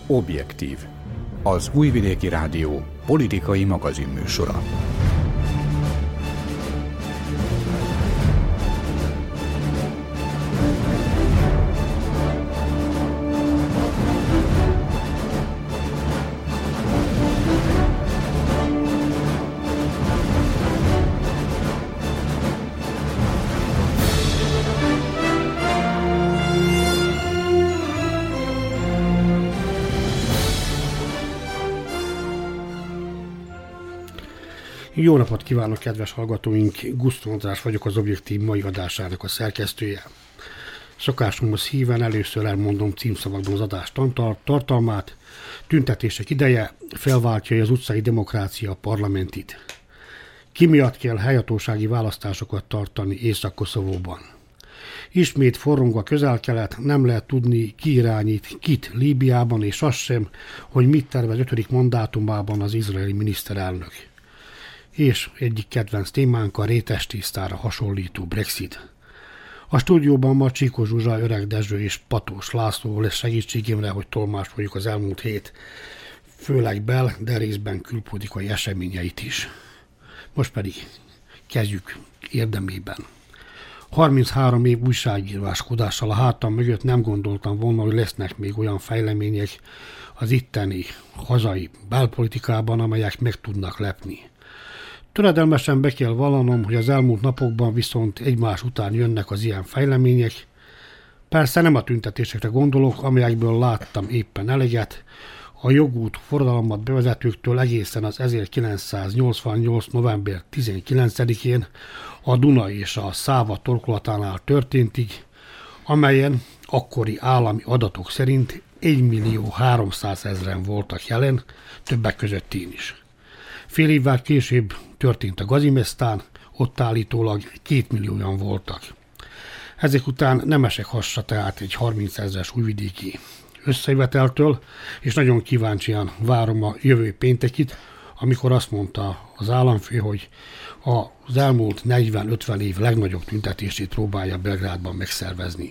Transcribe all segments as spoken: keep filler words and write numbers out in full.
Objektív. Az Újvidéki Rádió politikai magazinműsora. Jó napot kívánok, kedves hallgatóink! Gusztó András vagyok, az Objektív mai adásának a szerkesztője. Szokásunkhoz híven először elmondom címszavakban az adás tartalmát. Tüntetések ideje, felváltja az utcai demokrácia a parlamentit. Ki miatt kell helyhatósági választásokat tartani Észak-Koszovóban? Ismét forrong a Közel-Kelet, nem lehet tudni, ki irányít kit Líbiában, és az sem, hogy mit tervez ötödik mandátumában az izraeli miniszterelnök. És egyik kedvenc témánk a rétestisztára hasonlító Brexit. A stúdióban ma Csíkó Zsuzsa, Öreg Dezső és Patós László lesz segítségemre, hogy tolmácsoljuk az elmúlt hét, főleg bel, de részben külpolitikai eseményeit is. Most pedig kezdjük érdemében. harminchárom év újságíráskodással a hátam mögött nem gondoltam volna, hogy lesznek még olyan fejlemények az itteni hazai belpolitikában, amelyek meg tudnak lepni. Töredelmesen be kell vallanom, hogy az elmúlt napokban viszont egymás után jönnek az ilyen fejlemények. Persze nem a tüntetésekre gondolok, amelyekből láttam éppen eleget, a jogút forradalmat bevezetőktől egészen az ezerkilencszáznyolcvannyolc. november tizenkilencedikén a Duna és a Száva torkolatánál történtig, amelyen akkori állami adatok szerint egymillió-háromszázezren voltak jelen, többek között én is. Fél évvel később történt a Gazimesztán, ott állítólag két millióan voltak. Ezek után nem esek hassa tehát egy harmincezres újvidéki összejöveteltől, és nagyon kíváncsian várom a jövő péntekit, amikor azt mondta az államfő, hogy az elmúlt negyven-ötven év legnagyobb tüntetését próbálja Belgrádban megszervezni.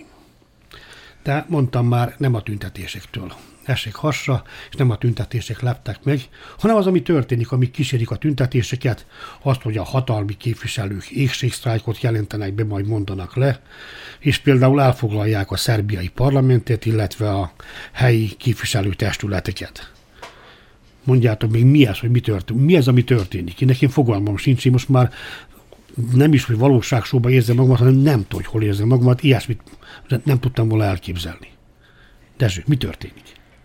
De mondtam már, nem a tüntetésektől essék hasra, és nem a tüntetések leptek meg, hanem az, ami történik, amik kísérik a tüntetéseket, azt, hogy a hatalmi képviselők égségsztrájkot jelentenek be, majd mondanak le, és például elfoglalják a szerbiai parlamentet, illetve a helyi képviselőtestületeket. Mondjátok még, mi ez, hogy mi történik? Mi ez, ami történik? Én nekem fogalmam sincs, én most már nem is, hogy valóságsóban érzem magamat, hanem nem tudom, hogy hol érzem magamat, ilyesmit nem tudtam volna elképzelni. Dezső, mi történik?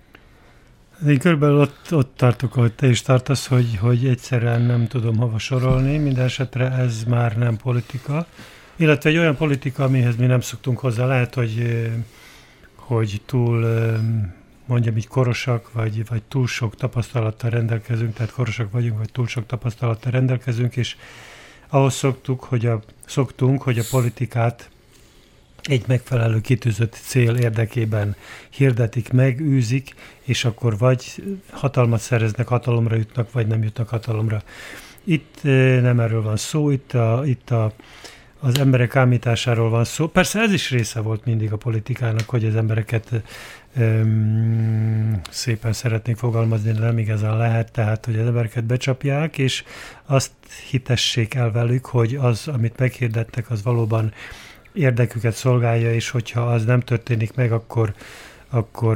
Én körülbelül ott, ott tartok, ahogy te is tartasz, hogy, hogy egyszerűen nem tudom hova sorolni. Minden esetre ez már nem politika, illetve egy olyan politika, amihez mi nem szoktunk hozzá. Lehet, hogy, hogy túl, mondjam így, korosak, vagy, vagy túl sok tapasztalattal rendelkezünk, tehát korosak vagyunk, vagy túl sok tapasztalattal rendelkezünk, és ahhoz szoktuk, hogy a, szoktunk, hogy a politikát egy megfelelő kitűzött cél érdekében hirdetik meg, űzik, és akkor vagy hatalmat szereznek, hatalomra jutnak, vagy nem jutnak hatalomra. Itt nem erről van szó, itt, a, itt a, az emberek ámításáról van szó. Persze ez is része volt mindig a politikának, hogy az embereket öm, szépen szeretnék fogalmazni, de nem igazán lehet, tehát hogy az embereket becsapják, és azt hitessék el velük, hogy az, amit meghirdettek, az valóban érdeküket szolgálja, és hogyha az nem történik meg, akkor, akkor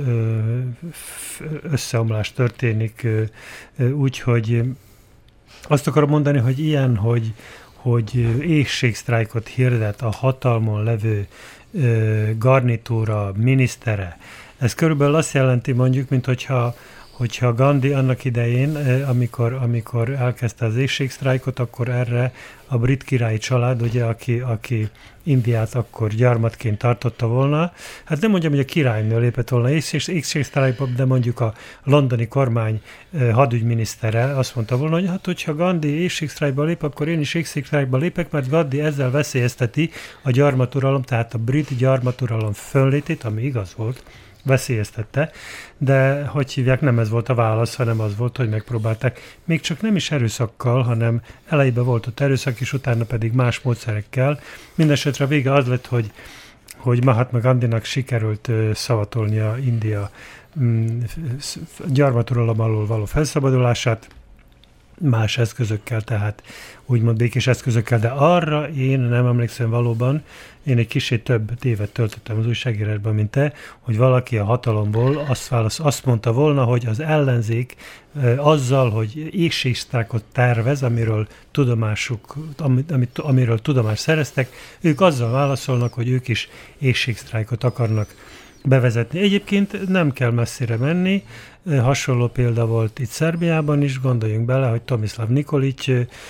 összeomlás történik. Úgyhogy azt akarom mondani, hogy ilyen, hogy, hogy éhségsztrájkot hirdet a hatalmon levő garnitúra, minisztere. Ez körülbelül azt jelenti mondjuk, mint hogyha hogyha Gandhi annak idején, amikor, amikor elkezdte az éhségsztrájkot, akkor erre a brit királyi család, ugye, aki, aki Indiát akkor gyarmatként tartotta volna, hát nem mondjam, hogy a királynő lépett volna éhségsztrájkba, de mondjuk a londoni kormány hadügyminisztere azt mondta volna, hogy hát, hogyha Gandhi éhségsztrájkba lép, akkor én is éhségsztrájkba lépek, mert Gandhi ezzel veszélyezteti a gyarmaturalom, tehát a brit gyarmaturalom föllétét, ami igaz volt, veszélyeztette, de hogy hívják, nem ez volt a válasz, hanem az volt, hogy megpróbálták. Még csak nem is erőszakkal, hanem elejében volt ott erőszak, és utána pedig más módszerekkel. Mindenesetre a vége az lett, hogy hogy Mahatma Gandhinak sikerült szavatolnia India gyarmaturalom alól való felszabadulását, más eszközökkel, tehát úgymond békés eszközökkel, de arra én nem emlékszem valóban, én egy kicsit több évet töltöttem az újságírásban, mint te, hogy valaki a hatalomból azt, válasz, azt mondta volna, hogy az ellenzék azzal, hogy égségsztrájkot tervez, amiről tudomásuk, amit, amit, amiről tudomást szereztek, ők azzal válaszolnak, hogy ők is égségsztrájkot akarnak bevezetni. Egyébként nem kell messzire menni, hasonló példa volt itt Szerbiában is, gondoljunk bele, hogy Tomislav Nikolić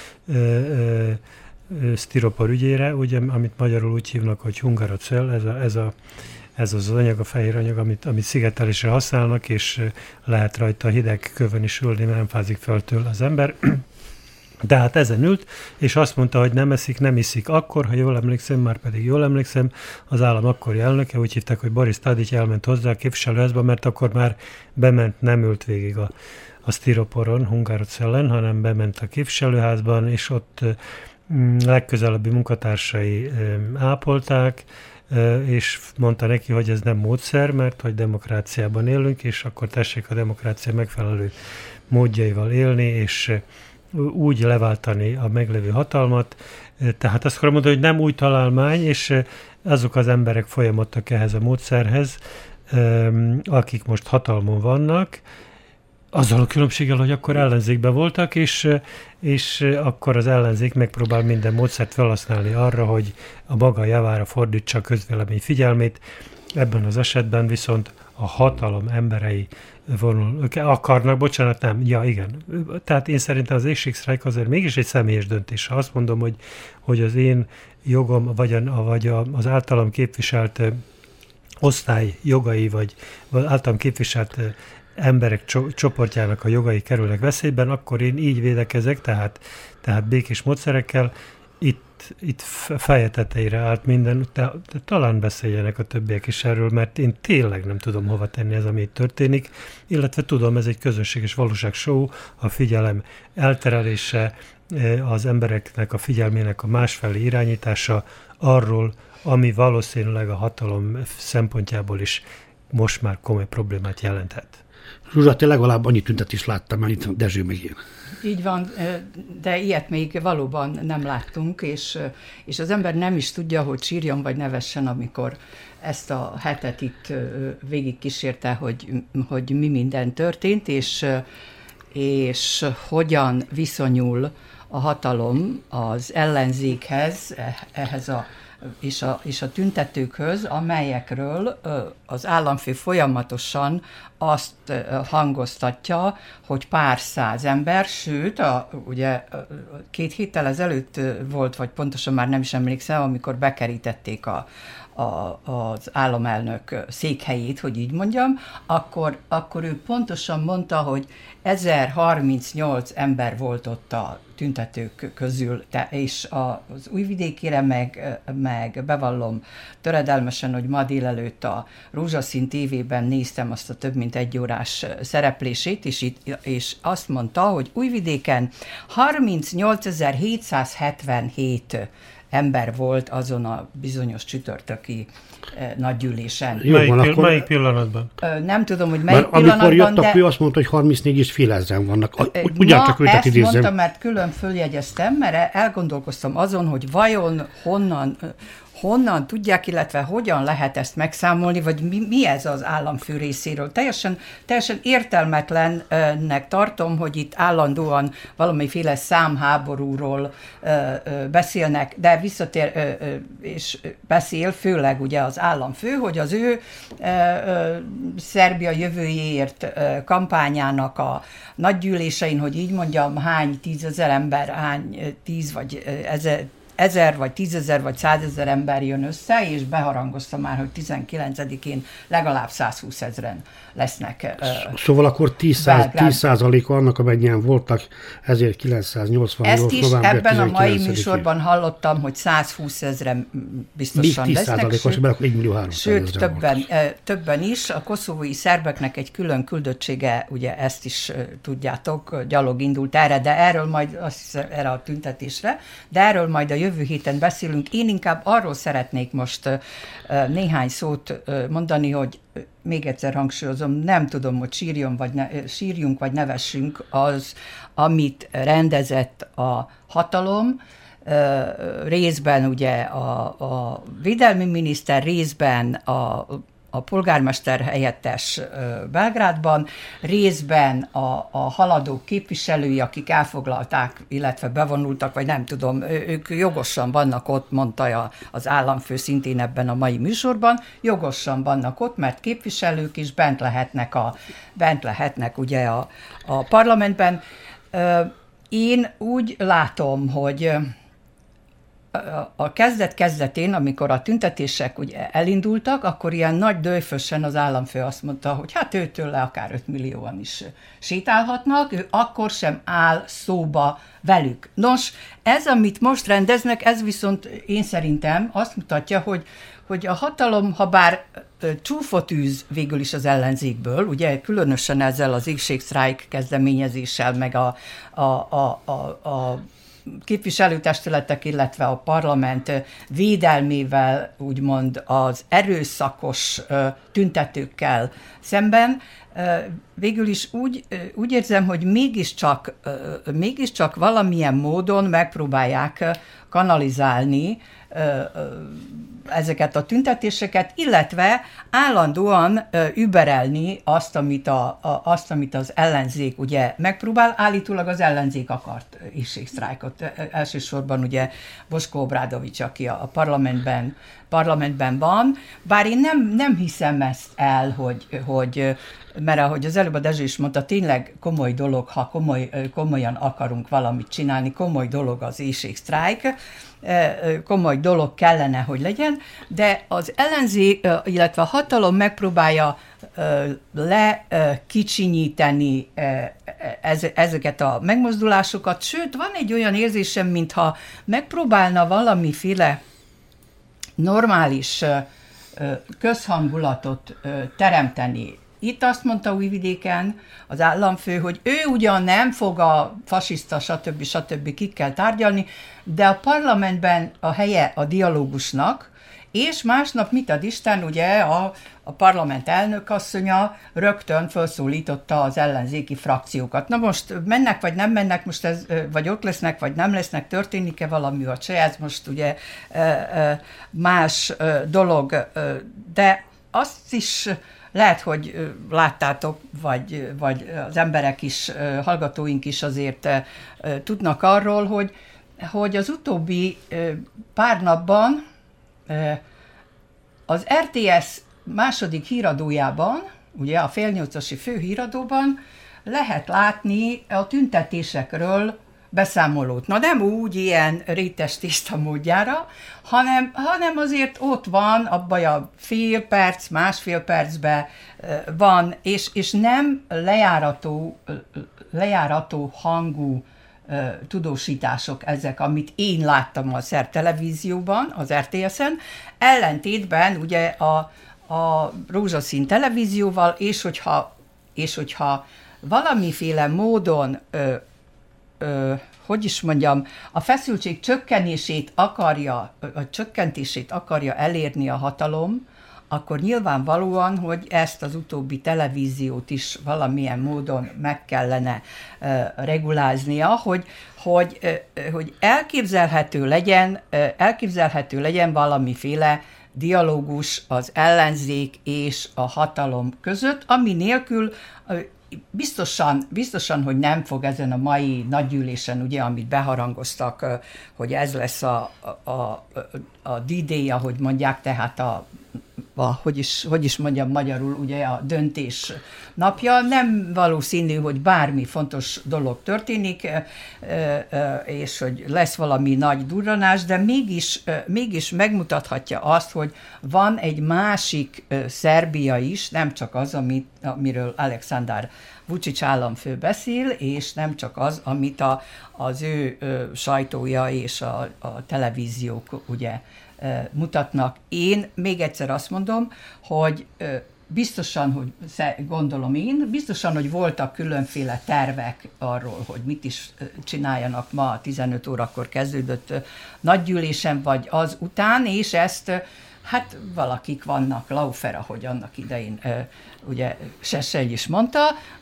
sztiropor ügyére, ugye, amit magyarul úgy hívnak, hogy hungarocell, ez, a, ez, a, ez az anyag, a fehér anyag, amit, amit szigetelésre használnak, és lehet rajta hideg kövön is ülni, mert nem fázik fel tőle az ember. De hát ezen ült, és azt mondta, hogy nem eszik, nem iszik. Akkor, ha jól emlékszem, már pedig jól emlékszem, az állam akkori elnöke, úgy hívták, hogy Boris Tadić elment hozzá a képviselőházba, mert akkor már bement, nem ült végig a, a sztiroporon, hungarocellen, hanem bement a képviselőházban, és ott mm, legközelebbi munkatársai mm, ápolták, és mondta neki, hogy ez nem módszer, mert hogy demokráciában élünk, és akkor tessék a demokrácia megfelelő módjaival élni, és úgy leváltani a meglévő hatalmat. Tehát azt akarom mondani, hogy nem új találmány, és azok az emberek folyamodtak ehhez a módszerhez, akik most hatalmon vannak, azzal a különbséggel, hogy akkor ellenzékben voltak, és, és akkor az ellenzék megpróbál minden módszert felhasználni arra, hogy a maga javára fordítsa a közvélemény figyelmét. Ebben az esetben viszont a hatalom emberei vonul, akarnak, bocsánat, nem, ja igen. Tehát én szerintem az égségsztrájk azért mégis egy személyes döntés. Ha azt mondom, hogy, hogy az én jogom, vagy, a, vagy a, az általam képviselt osztály jogai, vagy, vagy általam képviselt emberek csoportjának a jogai kerülnek veszélyben, akkor én így védekezek, tehát, tehát békés módszerekkel. Itt, itt feje tetejére állt minden, de, de talán beszéljenek a többiek is erről, mert én tényleg nem tudom hova tenni ez, ami itt történik, illetve tudom, ez egy közönséges valóságshow, a figyelem elterelése, az embereknek a figyelmének a másfelé irányítása arról, ami valószínűleg a hatalom szempontjából is most már komoly problémát jelenthet. Zsuzsa, te legalább annyi tüntetést láttam, mert itt Dezső meg én. Így van, de ilyet még valóban nem láttunk, és, és az ember nem is tudja, hogy sírjon vagy nevessen, amikor ezt a hetet itt végig kísérte, hogy, hogy mi minden történt, és, és hogyan viszonyul a hatalom az ellenzékhez, ehhez a És a, és a tüntetőkhöz, amelyekről az államfő folyamatosan azt hangoztatja, hogy pár száz ember, sőt, a, ugye két héttel ezelőtt volt, vagy pontosan már nem is emlékszem, amikor bekerítették a, a, az államelnök székhelyét, hogy így mondjam, akkor, akkor ő pontosan mondta, hogy ezerharmincnyolc ember volt ott a tüntetők közül, te, és az Újvidékire meg, meg bevallom töredelmesen, hogy ma délelőtt a Rózsaszín tévében néztem azt a több mint egy órás szereplését, és, itt, és azt mondta, hogy Újvidéken harmincnyolcezer-hétszázhetvenhét ember volt azon a bizonyos csütörtöki eh, nagygyűlésen. Jó, melyik, van, pill- akkor... melyik pillanatban? Nem tudom, hogy melyik Már pillanatban, amikor jött, de... akkor ő azt mondta, hogy harmincnégy és fél ezren vannak. Ugyancsak őt ezt idézem. mondtam, mert külön följegyeztem, mert elgondolkoztam azon, hogy vajon honnan... honnan tudják, illetve hogyan lehet ezt megszámolni, vagy mi, mi ez az államfő részéről. Teljesen, teljesen értelmetlennek tartom, hogy itt állandóan valamiféle számháborúról ö, ö, beszélnek, de visszatér ö, ö, és beszél főleg ugye az államfő, hogy az ő ö, ö, Szerbia jövőjéért ö, kampányának a nagygyűlésein, hogy így mondjam, hány tízezer ember, hány tíz vagy ezer, ezer, vagy tízezer, vagy százezer ember jön össze, és beharangozta már, hogy tizenkilencedikén legalább százhúszezren lesznek. Szóval akkor tíz százalék annak, amennyien voltak ezerkilencszáznyolcvannyolc Ezt is november ebben a mai műsorban hallottam, hogy százhúszezren biztosan lesznek. Sőt, sőt többen, többen is. A koszovói szerbeknek egy külön küldöttsége, ugye ezt is tudjátok, gyalog indult erre, de erről majd azt hiszem, erre a tüntetésre, de erről majd a jövő jövő héten beszélünk. Én inkább arról szeretnék most néhány szót mondani, hogy még egyszer hangsúlyozom, nem tudom, hogy sírjon vagy ne, sírjunk vagy nevessünk az, amit rendezett a hatalom, részben ugye a, a védelmi miniszter, részben a a polgármester helyettes Belgrádban, részben a, a haladók képviselői, akik elfoglalták, illetve bevonultak, vagy nem tudom, ők jogosan vannak ott, mondta az államfő szintén ebben a mai műsorban, jogosan vannak ott, mert képviselők is bent lehetnek, a, bent lehetnek ugye a, a parlamentben. Én úgy látom, hogy a kezdet-kezdetén, amikor a tüntetések ugye elindultak, akkor ilyen nagy dőfösen az államfő azt mondta, hogy hát őtől le akár öt millióan is sétálhatnak, ő akkor sem áll szóba velük. Nos, ez, amit most rendeznek, ez viszont én szerintem azt mutatja, hogy, hogy a hatalom, ha bár csúfot űz végül is az ellenzékből, ugye különösen ezzel az éhségsztrájk kezdeményezéssel, meg a, a, a, a, a képviselőtestületek, illetve a parlament védelmével, úgymond az erőszakos tüntetőkkel szemben, végül is úgy, úgy érzem, hogy mégiscsak, mégiscsak valamilyen módon megpróbálják kanalizálni ezeket a tüntetéseket, illetve állandóan überelni azt, amit, a, a, azt, amit az ellenzék ugye megpróbál. Állítólag az ellenzék akart éhségsztrájkot. Elsősorban ugye Boško Obradović, aki a, a parlamentben, parlamentben van, bár én nem, nem hiszem ezt el, hogy, hogy mert ahogy az előbb a Dezső is mondta, tényleg komoly dolog, ha komoly, komolyan akarunk valamit csinálni, komoly dolog az éhségsztrájk, komoly dolog kellene, hogy legyen, de az ellenzék, illetve a hatalom megpróbálja lekicsinyíteni ezeket a megmozdulásokat, sőt, van egy olyan érzésem, mintha megpróbálna valamiféle normális közhangulatot teremteni. Itt azt mondta Újvidéken az államfő, hogy ő ugyan nem fog a fasiszta, stb. stb. Kikkel tárgyalni, de a parlamentben a helye a dialógusnak, és másnap, mit ad Isten, ugye a, a parlament elnökasszonya rögtön felszólította az ellenzéki frakciókat. Na most mennek, vagy nem mennek, most ez, vagy ott lesznek, vagy nem lesznek, történik-e valami, vagy se, ez most ugye más dolog, de azt is lehet, hogy láttátok, vagy, vagy az emberek is, hallgatóink is azért tudnak arról, hogy, hogy az utóbbi pár napban az er té es második híradójában, ugye a fél nyolcasi főhíradóban lehet látni a tüntetésekről beszámolót. Na nem úgy ilyen rétes tiszta módjára, hanem, hanem azért ott van, abban a fél perc, másfél percben van, és, és nem lejárató, lejárató hangú tudósítások ezek, amit én láttam a SZER televízióban, az er té es-en, ellentétben ugye a, a rózsaszín televízióval, és hogyha, és hogyha valamiféle módon ö, ö, hogy is mondjam, a feszültség csökkenését akarja, a csökkentését akarja elérni a hatalom, akkor nyilvánvalóan, hogy ezt az utóbbi televíziót is valamilyen módon meg kellene uh, reguláznia, hogy, hogy, uh, hogy elképzelhető legyen, uh, elképzelhető legyen valamiféle dialógus az ellenzék és a hatalom között, ami nélkül uh, Biztosan, biztosan, hogy nem fog ezen a mai nagygyűlésen, ugye, amit beharangoztak, hogy ez lesz a, a, a D-Day, ahogy mondják, tehát a, a hogy, is, hogy is mondjam magyarul, ugye a döntés napja. Nem valószínű, hogy bármi fontos dolog történik, és hogy lesz valami nagy durranás, de mégis, mégis megmutathatja azt, hogy van egy másik Szerbia is, nem csak az, amit, amiről Aleksandar Vučić államfő beszél, és nem csak az, amit a, az ő ö, sajtója és a, a televíziók ugye ö, mutatnak. Én még egyszer azt mondom, hogy ö, biztosan, hogy gondolom én, biztosan, hogy voltak különféle tervek arról, hogy mit is csináljanak ma, tizenöt órakor kezdődött nagygyűlésen, vagy az után, és ezt hát valakik vannak, Laufer, ahogy annak idején ugye Sessely is mondta,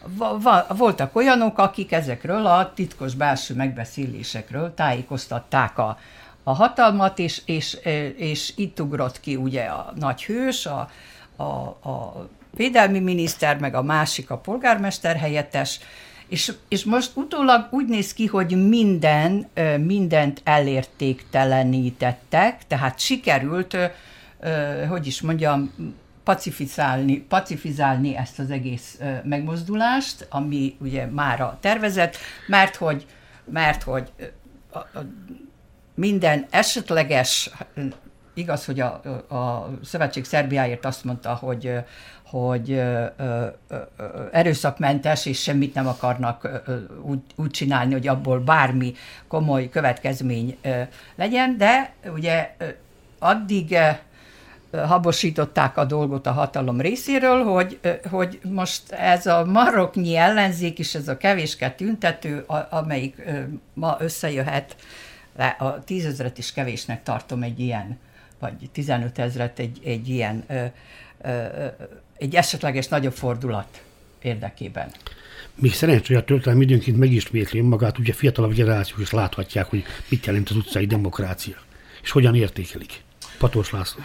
voltak olyanok, akik ezekről a titkos belső megbeszélésekről tájékoztatták a, a hatalmat, és, és, és itt ugrott ki ugye a nagy hős, a, a, a védelmi miniszter, meg a másik a polgármester helyettes, és, és most utólag úgy néz ki, hogy minden, mindent elértéktelenítettek, tehát sikerült, hogy is mondjam, pacifizálni, pacifizálni ezt az egész megmozdulást, ami ugye mára tervezett, mert hogy, mert hogy a, a minden esetleges, igaz, hogy a, a Szövetség Szerbiáért azt mondta, hogy, hogy ö, ö, ö, erőszakmentes, és semmit nem akarnak ö, úgy, úgy csinálni, hogy abból bármi komoly következmény ö, legyen, de ugye ö, addig ö, habosították a dolgot a hatalom részéről, hogy, ö, hogy most ez a maroknyi ellenzék is, ez a kevéske tüntető, a, amelyik ö, ma összejöhet, a tízezret is kevésnek tartom egy ilyen, vagy tizenötezret egy, egy ilyen, ö, ö, egy esetleges nagyobb fordulat érdekében. Még szerencsé, hogy a történelmi időnként megismétli magát, ugye fiatalabb generációk is láthatják, hogy mit jelent az utcai demokrácia, és hogyan értékelik. Patós László.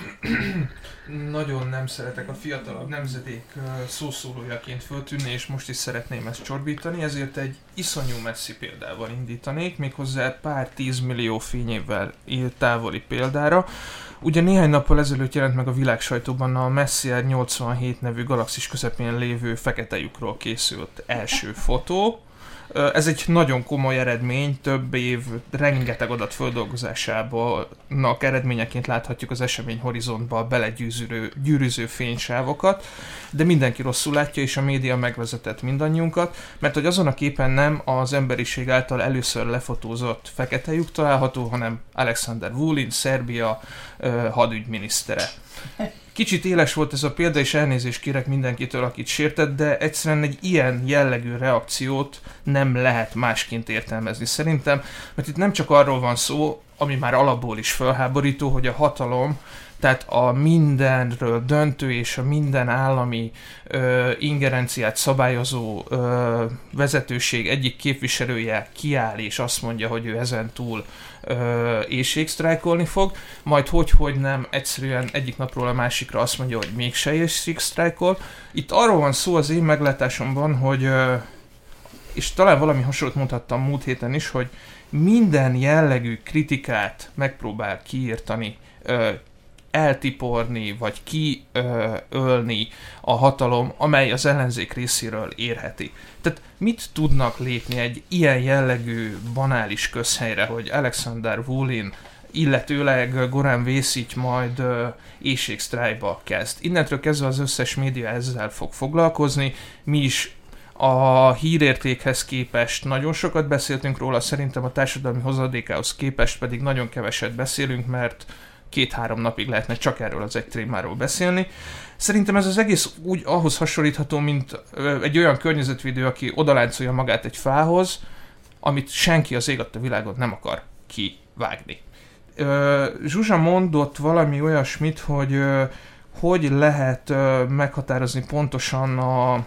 Nagyon nem szeretek a fiatalabb nemzedék szószólójaként föltűnni, és most is szeretném ezt csorbítani, ezért egy iszonyú messzi példával indítanék, méghozzá pár tízmillió fényévvel távoli példára. Ugye néhány nappal ezelőtt jelent meg a világsajtóban a Messier nyolcvanhét nevű galaxis közepén lévő fekete lyukról készült első fotó. Ez egy nagyon komoly eredmény, több év rengeteg adat földolgozásának eredményeként láthatjuk az esemény horizontba belegyűrűző gyűrűző fénysávokat, de mindenki rosszul látja, és a média megvezetett mindannyiunkat, mert hogy azon a képen nem az emberiség által először lefotózott fekete lyuk található, hanem Alexander Vulin, Szerbia uh, hadügyminisztere. Kicsit éles volt ez a példa, és elnézést kérek mindenkitől, akit sértett, de egyszerűen egy ilyen jellegű reakciót nem lehet másként értelmezni szerintem, mert itt nem csak arról van szó, ami már alapból is felháborító, hogy a hatalom, tehát a mindenről döntő és a minden állami ö, ingerenciát szabályozó ö, vezetőség egyik képviselője kiáll és azt mondja, hogy ő ezen túl ö, éjségsztrájkolni fog, majd hogy-hogy nem egyszerűen egyik napról a másikra azt mondja, hogy mégse éjségsztrájkol. Itt arról van szó az én meglátásomban, hogy ö, és talán valami hasonlót mondhattam múlt héten is, hogy minden jellegű kritikát megpróbál kiírtani, ö, eltiporni, vagy kiölni a hatalom, amely az ellenzék részéről érheti. Tehát mit tudnak lépni egy ilyen jellegű banális közhelyre, hogy Alexander Vulin, illetőleg Goran Vesic majd uh, éjségsztrájkba kezd. Innentől kezdve az összes média ezzel fog foglalkozni, mi is a hírértékhez képest nagyon sokat beszéltünk róla, szerintem a társadalmi hozadékához képest pedig nagyon keveset beszélünk, mert két-három napig lehetne csak erről az egy témáról beszélni. Szerintem ez az egész úgy ahhoz hasonlítható, mint egy olyan környezetvédő, aki odaláncolja magát egy fához, amit senki az ég adta világon nem akar kivágni. Zsuzsa mondott valami olyasmit, hogy hogy lehet meghatározni pontosan a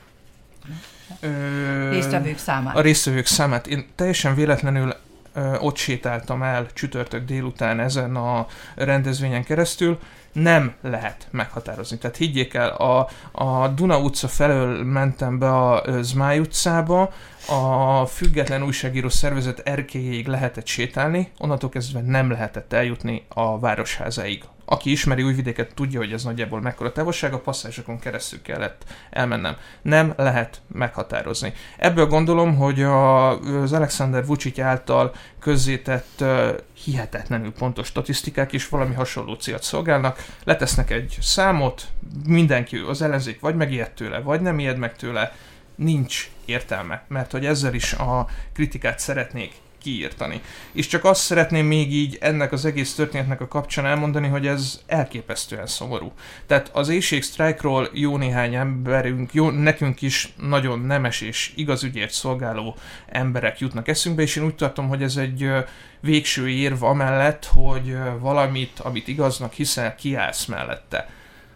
résztvevők számát. A résztvevők számát. Én teljesen véletlenül ott sétáltam el csütörtök délután ezen a rendezvényen keresztül, nem lehet meghatározni. Tehát higgyék el, a, a Duna utca felől mentem be a Zmály utcába, a független újságíró szervezet erkélyéig lehetett sétálni, onnantól kezdve nem lehetett eljutni a Városházáig. Aki ismeri Újvidéket, tudja, hogy ez nagyjából mekkora távolság, a passzázsokon keresztül kellett elmennem. Nem lehet meghatározni. Ebből gondolom, hogy a, az Alexander Vučić által közzétett uh, hihetetlenül pontos statisztikák is valami hasonló célt szolgálnak. Letesznek egy számot, mindenki, az ellenzék vagy megijed tőle, vagy nem ijed meg tőle, nincs értelme, mert hogy ezzel is a kritikát szeretnék kiírtani. És csak azt szeretném még így ennek az egész történetnek a kapcsán elmondani, hogy ez elképesztően szomorú. Tehát az éhségsztrájkról jó néhány emberünk, jó, nekünk is nagyon nemes és igaz ügyért szolgáló emberek jutnak eszünkbe, és én úgy tartom, hogy ez egy végső érv amellett, hogy valamit, amit igaznak hiszel, kiállsz mellette.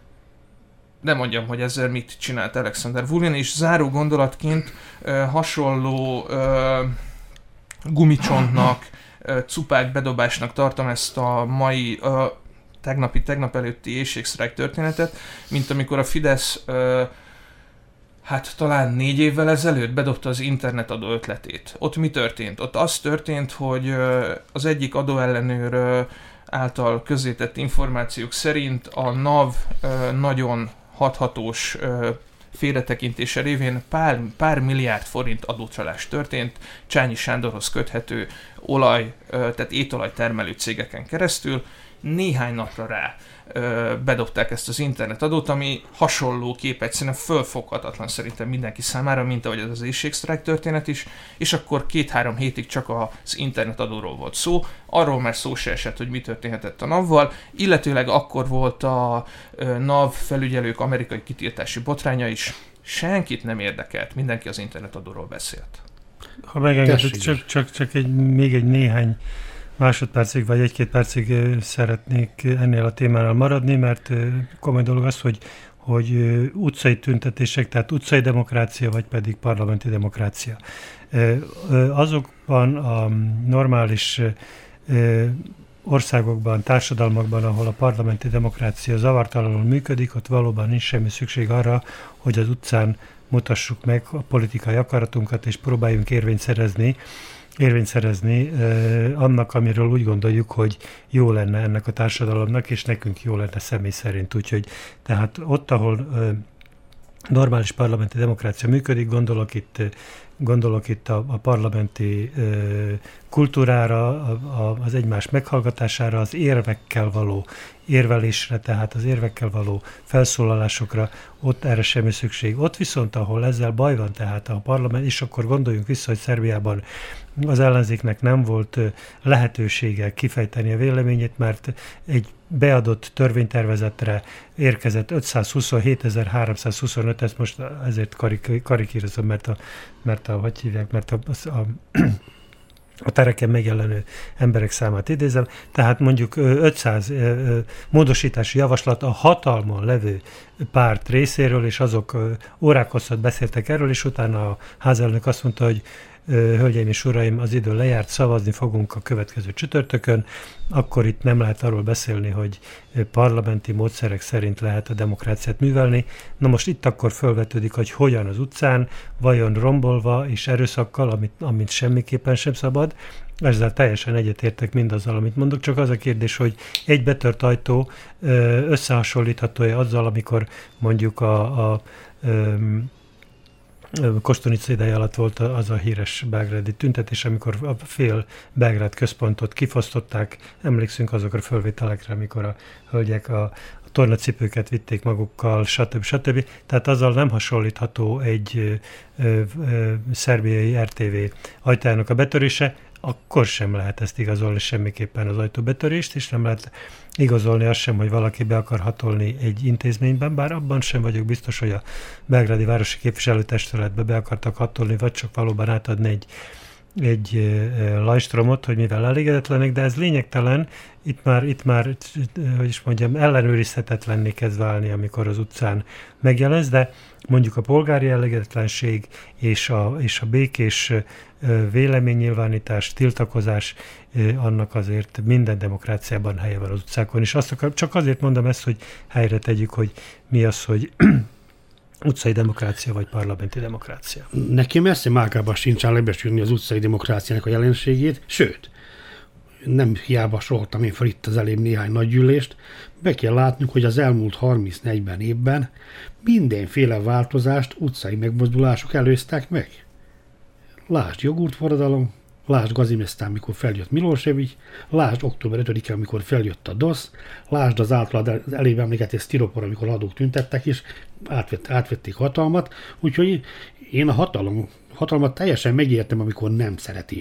Nem mondjam, hogy ezzel mit csinált Alexander Vulin, és záró gondolatként ö, hasonló ö, gumicsontnak, ö, cupák bedobásnak tartom ezt a mai, ö, tegnapi, tegnap előtti éhségsztrájk történetet, mint amikor a Fidesz ö, hát talán négy évvel ezelőtt bedobta az internetadó ötletét. Ott mi történt? Ott az történt, hogy ö, az egyik adóellenőr ö, által közzétett információk szerint a NAV ö, nagyon hathatós ö, félretekintése révén pár, pár milliárd forint adócsalás történt Csányi Sándorhoz köthető olaj, ö, tehát étolaj termelő cégeken keresztül. Néhány napra rá ö, bedobták ezt az internetadót, ami hasonló kép, egyszerűen fölfoghatatlan szerintem mindenki számára, mint ahogy ez az éhségsztrájk történet is, és akkor két-három hétig csak az internetadóról volt szó, arról már szó se esett, hogy mi történhetett a NAV-val, illetőleg akkor volt a ö, NAV felügyelők amerikai kitiltási botránya is, senkit nem érdekelt, mindenki az internetadóról beszélt. Ha megengedett, csak, csak, csak egy, még egy néhány másodpercig vagy egy-két percig szeretnék ennél a témánál maradni, mert komoly dolog az, hogy, hogy utcai tüntetések, tehát utcai demokrácia, vagy pedig parlamenti demokrácia. Azokban a normális országokban, társadalmakban, ahol a parlamenti demokrácia zavartalanul működik, ott valóban nincs semmi szükség arra, hogy az utcán mutassuk meg a politikai akaratunkat, és próbáljunk érvényt szerezni, érvényt szerezni eh, annak, amiről úgy gondoljuk, hogy jó lenne ennek a társadalomnak, és nekünk jó lenne személy szerint. Úgyhogy tehát ott, ahol eh, normális parlamenti demokrácia működik, gondolok itt, gondolok itt a, a parlamenti eh, kultúrára, a, a, az egymás meghallgatására, az érvekkel való érvelésre, tehát az érvekkel való felszólalásokra, ott erre semmi szükség. Ott viszont, ahol ezzel baj van, tehát a parlament, és akkor gondoljunk vissza, hogy Szerbiában az ellenzéknek nem volt lehetősége kifejteni a véleményét, mert egy beadott törvénytervezetre érkezett ötszázhuszonhétezer-háromszázhuszonöt, ezt most ezért karik, karikírozom, mert a, mert a, hogy hívják, mert a, a, a a tereken megjelenő emberek számát idézem, tehát mondjuk ötszáz módosítási javaslat a hatalmon levő párt részéről, és azok órák hosszat beszéltek erről, és utána a házelnök azt mondta, hogy hölgyeim és uraim, az idő lejárt, szavazni fogunk a következő csütörtökön, akkor itt nem lehet arról beszélni, hogy parlamenti módszerek szerint lehet a demokráciát művelni. Na most itt akkor felvetődik, hogy hogyan az utcán, vajon rombolva és erőszakkal, amit, amit semmiképpen sem szabad. Ezzel teljesen egyetértek mindazzal, amit mondok, csak az a kérdés, hogy egy betört ajtó összehasonlítható-e azzal, amikor mondjuk a, a, a Kostunica ideje alatt volt az a híres belgrádi tüntetés, amikor a fél Belgrád központot kifosztották. Emlékszünk azokra a fölvételekre, amikor a hölgyek a, a tornacipőket vitték magukkal, stb. stb. Tehát azzal nem hasonlítható egy ö, ö, ö, szerbiai er té vé ajtájának a betörése, akkor sem lehet ezt igazolni semmiképpen az ajtóbetörést, és nem lehet igazolni azt sem, hogy valaki be akar hatolni egy intézményben, bár abban sem vagyok biztos, hogy a belgrádi városi képviselőtestületbe be akartak hatolni, vagy csak valóban átadni egy, egy lajstromot, hogy mivel elégedetlenek, de ez lényegtelen, itt már, itt már, hogy is mondjam, ellenőrizhetetlenné kezd válni, amikor az utcán megjelensz, de mondjuk a polgári elégedetlenség és a, és a békés véleménynyilvánítás, tiltakozás, annak azért minden demokráciában helye van az utcákon. És azt akar, csak azért mondom ezt, hogy helyre tegyük, hogy mi az, hogy utcai demokrácia vagy parlamenti demokrácia. Nekem messze mágában sincs áll lebesülni az utcai demokráciának a jelenségét, sőt, nem hiába soroltam én fel itt az elébb néhány nagygyűlést, be kell látnunk, hogy az elmúlt harminc-negyven évben mindenféle változást utcai megmozdulások előztek meg. Lásd jogurtforradalom, lásd Gazimesztán, mikor feljött Milosevic, lásd október ötödike, amikor feljött a DOSZ, lásd az általad elébb emlékezett sztiropor, amikor adók tüntettek is, átvett, átvették hatalmat, úgyhogy én a hatalom, hatalmat teljesen megértem, amikor nem szereti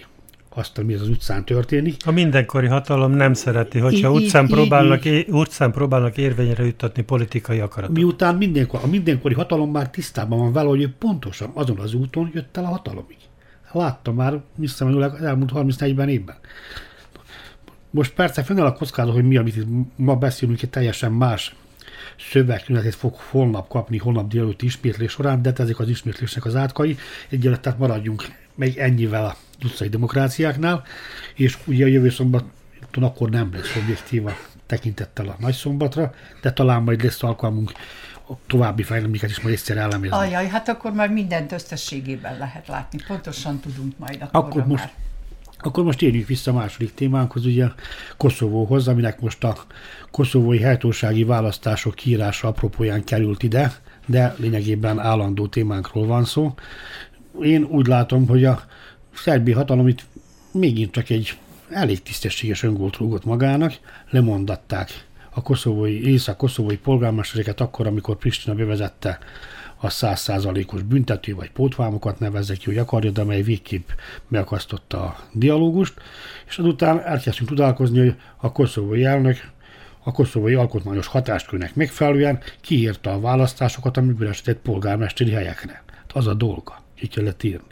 azt, ami az utcán történik. A mindenkori hatalom nem szereti, hogyha Így- utcán, így- próbálnak, így- é- utcán próbálnak érvényre juttatni politikai akaratot. Miután mindenkor, a mindenkori hatalom már tisztában van vele, hogy ő pontosan azon az úton jött el a hatalomig. Láttam már visszamenőleg az elmúlt harminc-negyven évben. Most persze fennáll a kockázat, hogy mi, amit itt ma beszélünk, egy teljesen más szövegtünetet fog holnap kapni, holnap délután ismétlés során, de ezek az ismétlésnek az átkai. Egyelőre tehát maradjunk még ennyivel a utcai demokráciáknál, és ugye a jövő szombaton akkor nem lesz objektíva tekintettel a nagyszombatra, de talán majd lesz alkalmunk a további fejleményeket is majd egyszer elemezni. Ajaj, hát akkor már mindent összességében lehet látni. Pontosan tudunk majd akkor, Akkor most, már. akkor most térjünk vissza a második témánkhoz, ugye Koszovóhoz, aminek most a koszovói helyhatósági választások kiírása apropóján került ide, de lényegében állandó témánkról van szó. Én úgy látom, hogy a szerbi hatalom itt mégint csak egy elég tisztességes öngolt rúgott magának, lemondatták a koszovói, észak-koszovói polgármestereket akkor, amikor Pristina bevezette a száz százalékos büntető vagy pótvámokat nevezzek ki, hogy akarja, de amely végképp megakasztotta a dialógust, és azután elkezdtünk tudálkozni, hogy a koszovói elnök a koszovói alkotmányos hatáskörnek megfelelően kiírta a választásokat a műveletett polgármesteri helyekre. Az a dolga, ki kellett írni.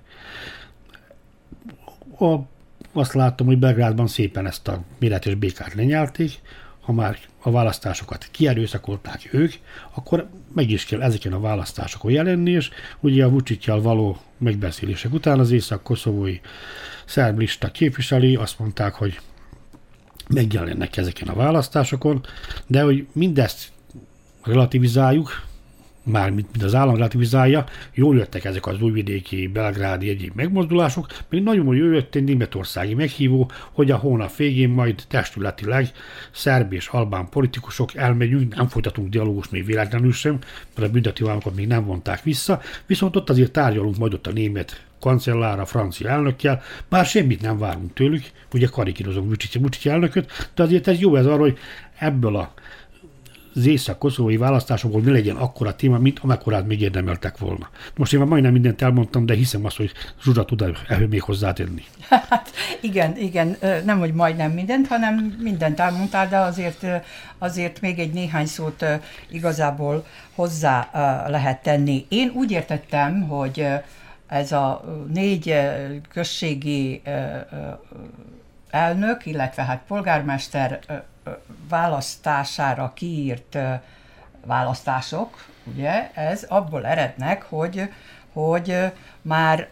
A, azt láttam, hogy Belgrádban szépen ezt a méretes békát lenyelték, ha már a választásokat kierőszakolták ők, akkor meg is kell ezeken a választásokon jelenni, és ugye a Vučićjal való megbeszélések után az észak-koszovói szerb lista képviselői azt mondták, hogy megjelennek ezeken a választásokon, de hogy mindezt relativizáljuk, mármint mint az állam relativizálja, jól jöttek ezek az újvidéki, belgrádi egyéb megmozdulások, még nagyon jól jött egy németországi meghívó, hogy a hónap végén majd testületileg szerb és albán politikusok elmegyünk, nem folytatunk dialógus még véletlenül sem, mert a büntetővállamokat még nem vonták vissza, viszont ott azért tárgyalunk majd ott a német kancellár, a francia elnökkel, bár semmit nem várunk tőlük, ugye karikírozom Vučić elnököt, de azért ez jó ez arra, hogy ebből a az észak-koszovói választásokból ne legyen akkora téma, mint amekkorát még érdemeltek volna. Most én már majdnem mindent elmondtam, de hiszem azt, hogy Zsuzsa tud ehhez még hozzátenni. Hát igen, igen, nem, hogy majdnem mindent, hanem mindent elmondtál, de azért, azért még egy néhány szót igazából hozzá lehet tenni. Én úgy értettem, hogy ez a négy községi elnök, illetve hát polgármester választására kiírt választások, ugye, ez abból erednek, hogy, hogy már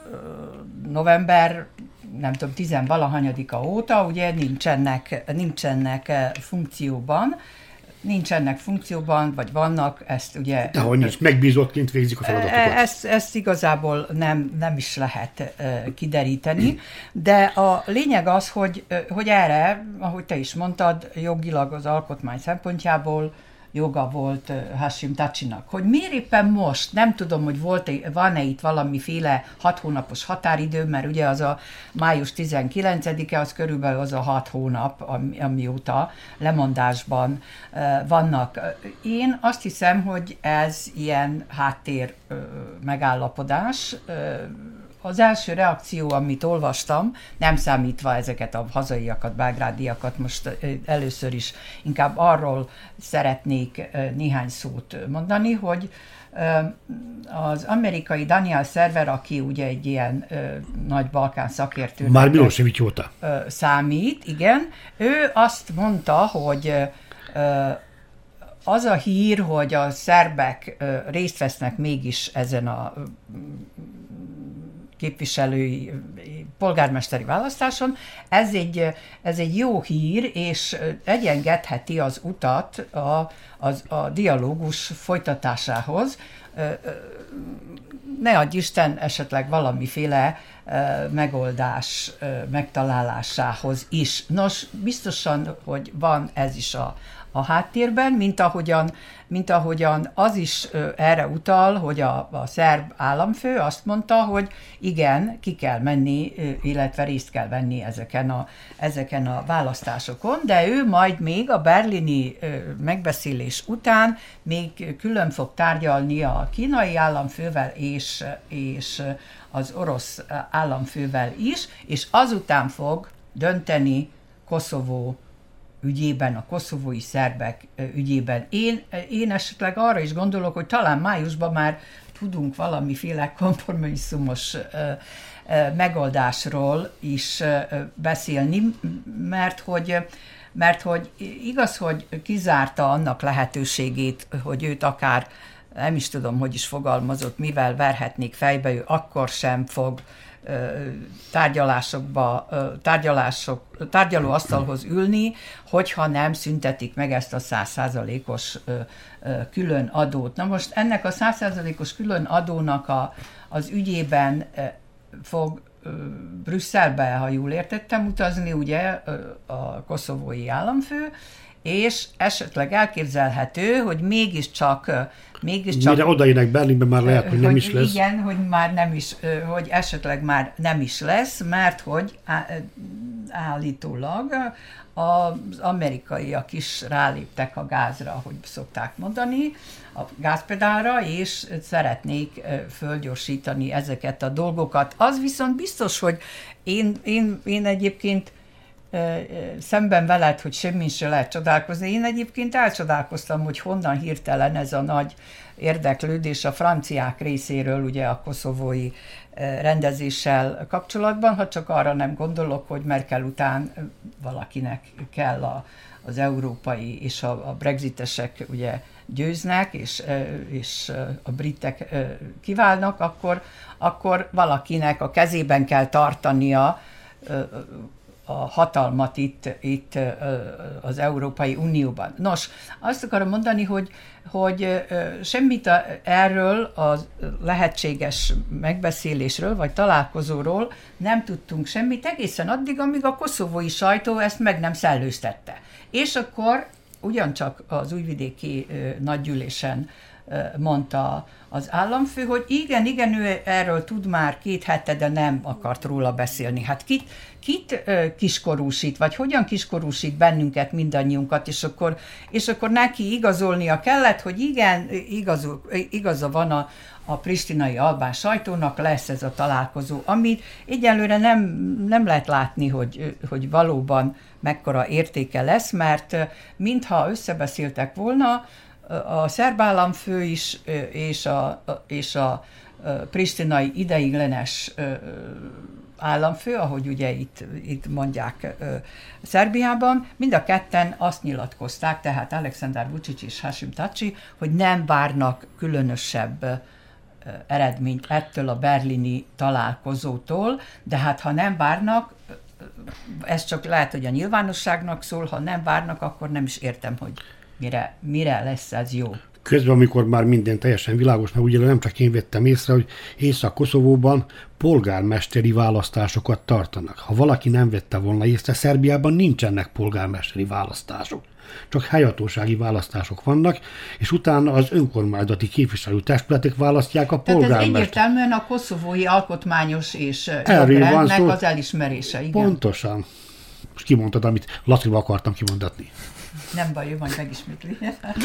november, nem tudom, tizenvalahanyadika óta ugye nincsenek, nincsenek funkcióban, nincsenek funkcióban, vagy vannak, ezt ugye... De hogy nincs, megbízottként végzik a feladatokat. Ezt, ezt igazából nem, nem is lehet uh, kideríteni, de a lényeg az, hogy, uh, hogy erre, ahogy te is mondtad, jogilag az alkotmány szempontjából joga volt uh, Hashim Thaçinak. Hogy miért éppen most, nem tudom, hogy volt, van-e itt valamiféle hat hónapos határidő, mert ugye az a május tizenkilencedike, az körülbelül az a hat hónap, ami, amióta lemondásban uh, vannak. Én azt hiszem, hogy ez ilyen háttér uh, megállapodás. Uh, Az első reakció, amit olvastam, nem számítva ezeket a hazaiakat, belgrádiakat, most először is inkább arról szeretnék néhány szót mondani, hogy az amerikai Daniel Server, aki ugye egy ilyen nagy Balkán szakértő. Már Milosevic óta. Számít, igen. Ő azt mondta, hogy az a hír, hogy a szerbek részt vesznek mégis ezen a képviselői polgármesteri választáson, ez egy, ez egy jó hír, és egyengedheti az utat a, az, a dialógus folytatásához. Ne adj Isten, esetleg valamiféle megoldás megtalálásához is. Nos, biztosan, hogy van ez is a, a háttérben, mint ahogyan, mint ahogyan az is erre utal, hogy a, a szerb államfő azt mondta, hogy igen, ki kell menni, illetve részt kell venni ezeken a, ezeken a választásokon, de ő majd még a berlini megbeszélés után még külön fog tárgyalni a kínai államfővel és, és az orosz államfővel is, és azután fog dönteni Koszovó ügyében, a koszovói szerbek ügyében. Én, én esetleg arra is gondolok, hogy talán májusban már tudunk valamiféle kompromisszumos megoldásról is beszélni, mert hogy, mert hogy igaz, hogy kizárta annak lehetőségét, hogy őt akár, nem is tudom, hogy is fogalmazott, mivel verhetnék fejbe, ő akkor sem fog tárgyalásokba, tárgyalások, tárgyalóasztalhoz ülni, hogyha nem szüntetik meg ezt a száz százalékos külön adót. Na most ennek a száz százalékos külön adónak a, az ügyében fog Brüsszelbe, ha jól értettem, utazni ugye a koszovói államfő, és esetleg elképzelhető, hogy mégiscsak mégiscsak... Mire odaérnek Berlinbe, már lehet, hogy, hogy nem is lesz. Igen, hogy már nem is, hogy esetleg már nem is lesz, mert hogy állítólag az amerikaiak is ráléptek a gázra, hogy szokták mondani, a gázpedálra, és szeretnék fölgyorsítani ezeket a dolgokat. Az viszont biztos, hogy én, én, én egyébként szemben veled, hogy semmi se lehet csodálkozni. Én egyébként elcsodálkoztam, hogy honnan hirtelen ez a nagy érdeklődés a franciák részéről, ugye a koszovói rendezéssel kapcsolatban, ha csak arra nem gondolok, hogy Merkel után valakinek kell a, az európai és a, a brexitesek ugye győznek, és, és a britek kiválnak, akkor, akkor valakinek a kezében kell tartania a hatalmat itt, itt az Európai Unióban. Nos, azt akarom mondani, hogy, hogy semmit a, erről a lehetséges megbeszélésről, vagy találkozóról nem tudtunk semmit egészen addig, amíg a koszovói sajtó ezt meg nem szellőztette. És akkor ugyancsak az újvidéki nagygyűlésen mondta az államfő, hogy igen, igen, ő erről tud már két hete, de nem akart róla beszélni. Hát kit, kit kiskorúsít, vagy hogyan kiskorúsít bennünket, mindannyiunkat, és akkor, és akkor neki igazolnia kellett, hogy igen, igazul, igaza van a, a pristinai albán sajtónak, lesz ez a találkozó, amit egyelőre nem, nem lehet látni, hogy, hogy valóban mekkora értéke lesz, mert mintha összebeszéltek volna, a szerb államfő is, és a, és a pristinai ideiglenes államfő, ahogy ugye itt, itt mondják Szerbiában, mind a ketten azt nyilatkozták, tehát Aleksandar Vučić és Hašim Tači, hogy nem várnak különösebb eredményt ettől a berlini találkozótól, de hát ha nem várnak, ez csak lehet, hogy a nyilvánosságnak szól, ha nem várnak, akkor nem is értem, hogy Mire, mire lesz ez jó? Közben, amikor már minden teljesen világos, mert ugye nem csak én vettem észre, hogy Észak-Koszovóban polgármesteri választásokat tartanak. Ha valaki nem vette volna észre, Szerbiában nincsenek polgármesteri választások. Csak helyhatósági választások vannak, és utána az önkormányzati képviselőtestületek választják a polgármestert. Tehát ez egyértelműen a koszovói alkotmányos és jogrendnek az elismerése. Igen. Pontosan. Most kimondtad, amit latinul akartam kimondatni. Nem baj, ő majd megismétli.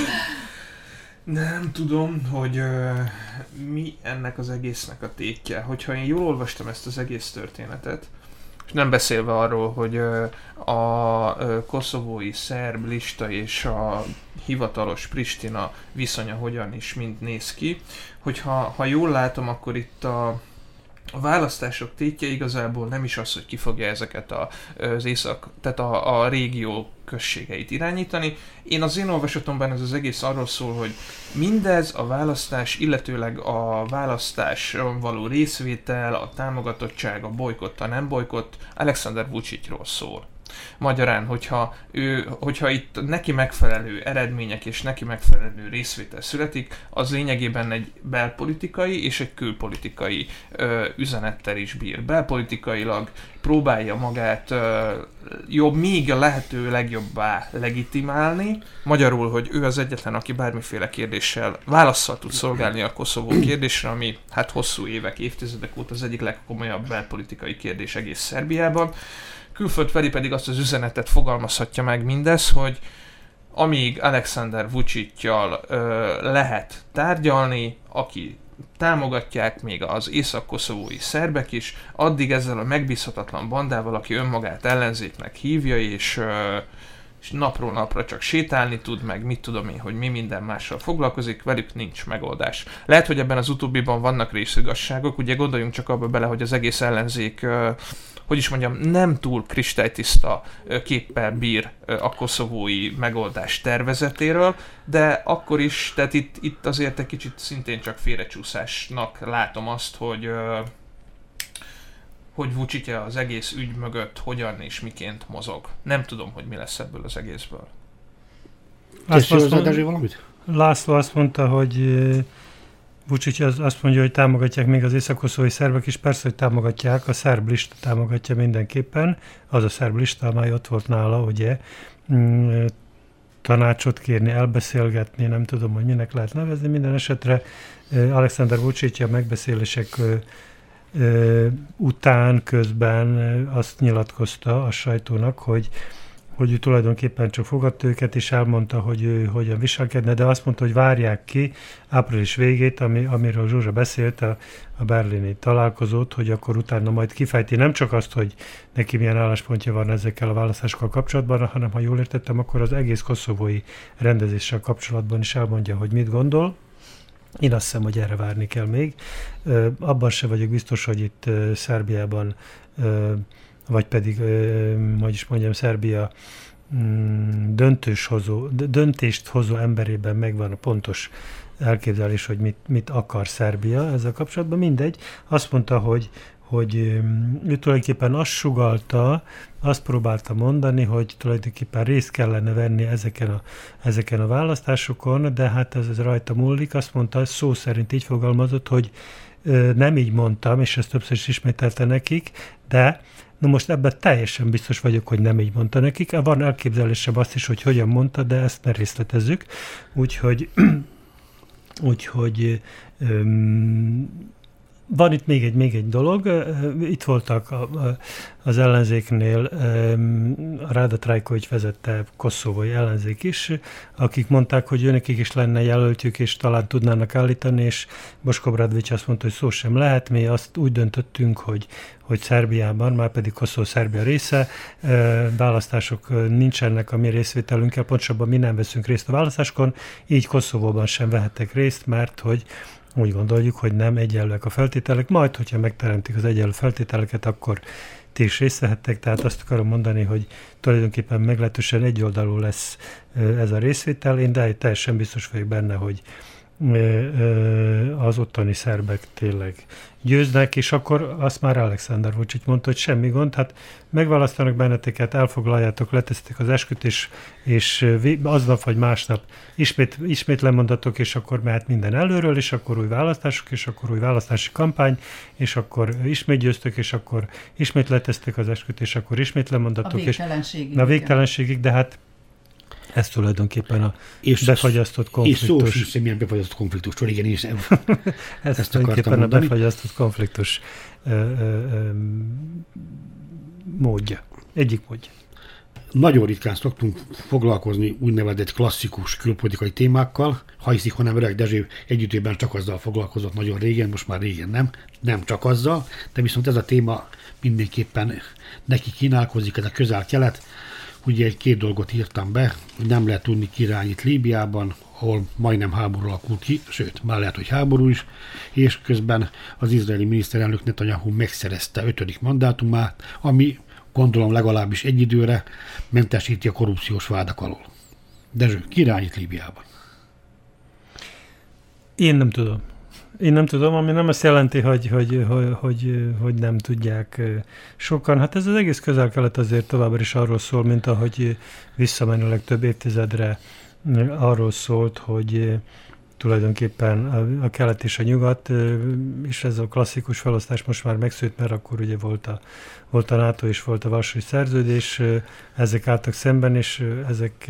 Nem tudom, hogy uh, mi ennek az egésznek a tétje. Hogyha én jól olvastam ezt az egész történetet, és nem beszélve arról, hogy uh, a uh, koszovói szerb lista és a hivatalos Pristina viszonya hogyan is mind néz ki, hogyha ha jól látom, akkor itt a A választások tétje igazából nem is az, hogy ki fogja ezeket a, az észak, tehát a, a régió községeit irányítani. Én az én olvasatomban ez az egész arról szól, hogy mindez a választás, illetőleg a választáson való részvétel, a támogatottság, a bolykott, a nem bolykott Aleksandar Vučićról szól. Magyarán, hogyha, ő, hogyha itt neki megfelelő eredmények és neki megfelelő részvétel születik, az lényegében egy belpolitikai és egy külpolitikai ö, üzenettel is bír. Belpolitikailag próbálja magát ö, jobb, még a lehető legjobbá legitimálni. Magyarul, hogy ő az egyetlen, aki bármiféle kérdéssel, válasszal tud szolgálni a Koszovó kérdésre, ami hát hosszú évek, évtizedek óta az egyik legkomolyabb belpolitikai kérdés egész Szerbiában. Külföldfelé pedig azt az üzenetet fogalmazhatja meg mindez, hogy amíg Aleksandar Vučićjal lehet tárgyalni, aki támogatják még az észak-koszovói szerbek is, addig ezzel a megbízhatatlan bandával, aki önmagát ellenzéknek hívja, és, ö, és napról napra csak sétálni tud, meg mit tudom én, hogy mi minden mással foglalkozik, velük nincs megoldás. Lehet, hogy ebben az utóbbiban vannak részigazságok, ugye gondoljunk csak abba bele, hogy az egész ellenzék ö, hogy is mondjam, nem túl kristálytiszta képpel bír a koszovói megoldás tervezetéről, de akkor is, tehát itt, itt azért egy kicsit szintén csak félrecsúszásnak látom azt, hogy hogy Vučić az egész ügy mögött hogyan és miként mozog. Nem tudom, hogy mi lesz ebből az egészből. László azt, mondta, valamit? László azt mondta, hogy Vučić az azt mondja, hogy támogatják még az észak-koszovói szerbek is, persze, hogy támogatják, a szerb lista támogatja mindenképpen, az a szerb lista, amely ott volt nála, ugye, tanácsot kérni, elbeszélgetni, nem tudom, hogy minek lehet nevezni, minden esetre Aleksandar Vučić a megbeszélések után, közben azt nyilatkozta a sajtónak, hogy hogy ő tulajdonképpen csak fogadta őket, és elmondta, hogy ő hogyan viselkedne, de azt mondta, hogy várják ki április végét, ami, amiről Zsuzsa beszélt, a, a berlini találkozót, hogy akkor utána majd kifejti nem csak azt, hogy neki milyen álláspontja van ezekkel a választásokkal kapcsolatban, hanem ha jól értettem, akkor az egész koszovói rendezéssel kapcsolatban is elmondja, hogy mit gondol. Én azt hiszem, hogy erre várni kell még. Abban sem vagyok biztos, hogy itt Szerbiában vagy pedig, hogy is mondjam, Szerbia döntős hozó, döntést hozó emberében megvan a pontos elképzelés, hogy mit, mit akar Szerbia ezzel kapcsolatban. Mindegy. Azt mondta, hogy, hogy ő tulajdonképpen azt sugallta, azt próbálta mondani, hogy tulajdonképpen részt kellene venni ezeken a, ezeken a választásokon, de hát ez, ez rajta múlik. Azt mondta, szó szerint így fogalmazott, hogy nem így mondtam, és ezt többször is ismételte nekik, de na most ebben teljesen biztos vagyok, hogy nem így mondta nekik. Van elképzelésem azt is, hogy hogyan mondta, de ezt ne részletezzük. Úgyhogy, úgyhogy um, van itt még egy, még egy dolog. Itt voltak a, a, az ellenzéknél a Rada Trajković vezette koszovói ellenzék is, akik mondták, hogy őnekik is lenne jelöltjük, és talán tudnának állítani, és Boško Obradović azt mondta, hogy szó sem lehet. Mi azt úgy döntöttünk, hogy, hogy Szerbiában, már pedig Koszovó Szerbia része, választások nincsenek a mi részvételünkkel, pontosabban mi nem veszünk részt a választáskon, így Koszovóban sem vehettek részt, mert hogy úgy gondoljuk, hogy nem egyenlőek a feltételek, majd, hogyha megteremtik az egyenlő feltételeket, akkor ti is részt vehettek, tehát azt akarom mondani, hogy tulajdonképpen meglehetősen egyoldalú lesz ez a részvétel. Én de teljesen biztos vagyok benne, hogy az ottani szerbek tényleg győznek, és akkor azt már Aleksandar Vučić mondta, hogy semmi gond, hát megválasztanak benneteket, elfoglaljátok, letesztek az esküt, és, és aznap vagy másnap ismét, ismét lemondatok, és akkor mehet minden előről, és akkor új választások, és akkor új választási kampány, és akkor ismét győztök, és akkor ismét letesztek az esküt, és akkor ismét lemondatok. A végtelenségig. És, a végtelenségig, de hát ez tulajdonképpen a és befagyasztott konfliktus. És szó sincs, milyen befagyasztott konfliktus. Igen, és ez ezt tulajdonképpen a befagyasztott konfliktus ö, ö, ö, módja. Egyik módja. Nagyon ritkán szoktunk foglalkozni úgynevezett klasszikus külpolitikai témákkal. Ha hiszik, hanem Öreg Dezső együttében csak azzal foglalkozott nagyon régen, most már régen nem, nem csak azzal, de viszont ez a téma mindenképpen neki kínálkozik, ez a közel-kelet. Ugye egy két dolgot írtam be, hogy nem lehet tudni, ki irányít Líbiában, ahol majdnem háború alakult ki, sőt, már lehet, hogy háború is, és közben az izraeli miniszterelnök Netanyahu megszerezte ötödik mandátumát, ami gondolom legalábbis egy időre mentesíti a korrupciós vádak alól. Dezső, ki irányít Líbiában? Én nem tudom. Én nem tudom, ami nem azt jelenti, hogy, hogy, hogy, hogy, hogy nem tudják sokan. Hát ez az egész Közel-Kelet azért továbbra is arról szól, mint ahogy visszamenőleg több évtizedre arról szólt, hogy tulajdonképpen a, a kelet és a nyugat, és ez a klasszikus felosztás most már megszűnt, mert akkor ugye volt a, volt a NATO és volt a Varsói Szerződés, ezek álltak szemben, és ezek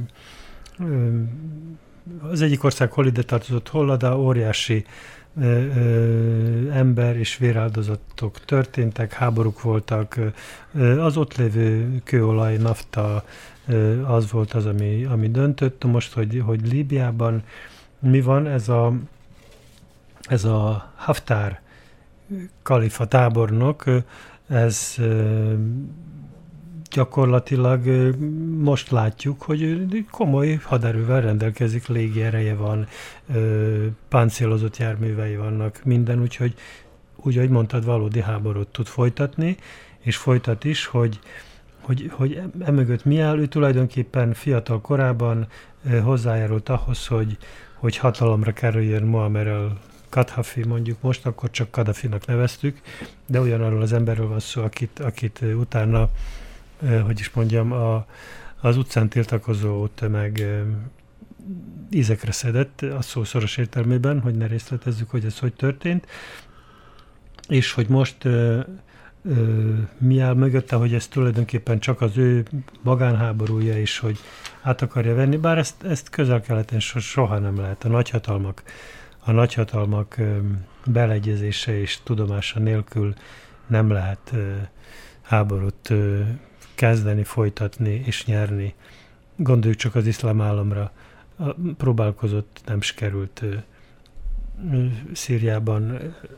az egyik ország hol ide tartozott, hol oda, óriási ö, ö, ember és véráldozatok történtek, háborúk voltak, ö, az ott lévő kőolaj, nafta, ö, az volt az, ami, ami döntött. Most, hogy, hogy Líbiában mi van, ez a, ez a Haftar kalifa tábornok, ez ö, gyakorlatilag most látjuk, hogy komoly haderővel rendelkezik, légiereje van, páncélozott járművei vannak, minden, úgyhogy úgy, ahogy mondtad, valódi háborút tud folytatni, és folytat is, hogy, hogy, hogy emögött mi áll. Ő tulajdonképpen fiatal korában hozzájárult ahhoz, hogy, hogy hatalomra kerüljön Muammer el Kadhafi, mondjuk most, akkor csak Kadhafinak neveztük, de ugyanarról az emberről van szó, akit, akit utána hogy is mondjam, a, az utcán tiltakozó tömeg ízekre szedett, a szó szoros értelmében, hogy ne részletezzük, hogy ez hogy történt, és hogy most ö, ö, mi áll mögötte, hogy ez tulajdonképpen csak az ő magánháborúja is, hogy át akarja venni, bár ezt, ezt Közel-Keleten so, soha nem lehet. A nagyhatalmak, a nagyhatalmak ö, beleegyezése és tudomása nélkül nem lehet ö, háborút ö, kezdeni, folytatni és nyerni. Gondoljuk csak az iszlám államra. Próbálkozott, nem sikerült Szíriában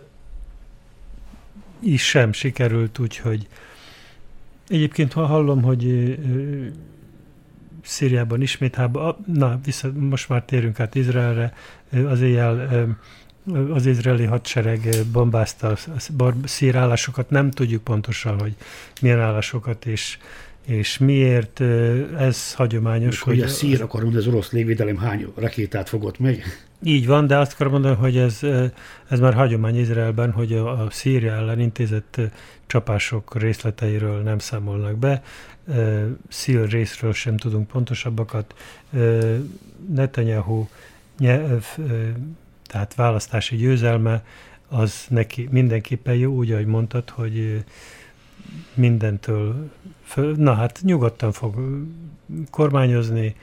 is sem sikerült, úgyhogy egyébként ha hallom, hogy Szíriában ismét háború, na, vissza, most már térünk át Izraelre, az éjjel az izraeli hadsereg bombázta a szír állásokat, nem tudjuk pontosan, hogy milyen állásokat és, és miért, ez hagyományos. Hogy, hogy a szír akar, hogy az orosz légvédelem hány rakétát fogott meg? Így van, de azt akarom mondani, hogy ez, ez már hagyomány Izraelben, hogy a, a Szíria ellen intézett csapások részleteiről nem számolnak be, szír részről sem tudunk pontosabbakat. Netanyahu tehát választási győzelme, az neki mindenképpen jó, úgy, ahogy mondtad, hogy mindentől, föl, na hát nyugodtan fog kormányozni,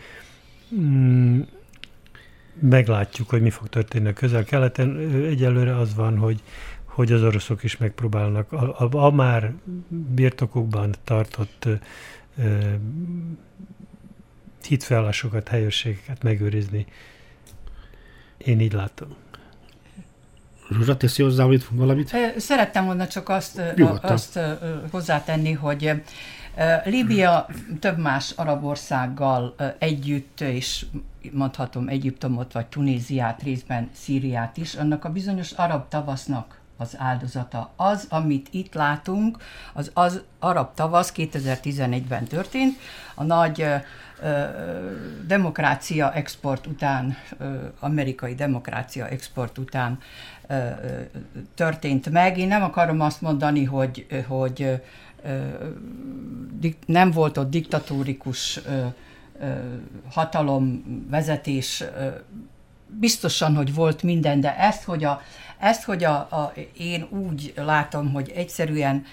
meglátjuk, hogy mi fog történni a Közel-Keleten. Egyelőre az van, hogy, hogy az oroszok is megpróbálnak a, a, a már birtokukban tartott ö, hitfelállásokat, helyőrségeket megőrizni. Én így látom. Zsuzsa, teszi hozzá valamit? Szerettem volna csak azt, azt hozzátenni, hogy Líbia több más arab országgal együtt, és mondhatom Egyiptomot vagy Tunéziát, részben Szíriát is, annak a bizonyos arab tavasznak az áldozata. Az, amit itt látunk, az, az arab tavasz kétezer-tizenegyben történt, a nagy demokrácia export után, amerikai demokrácia export után történt meg. Én nem akarom azt mondani, hogy, hogy nem volt ott diktatórikus hatalomvezetés, biztosan, hogy volt minden, de ezt, hogy, a, ezt, hogy a, a, én úgy látom, hogy egyszerűen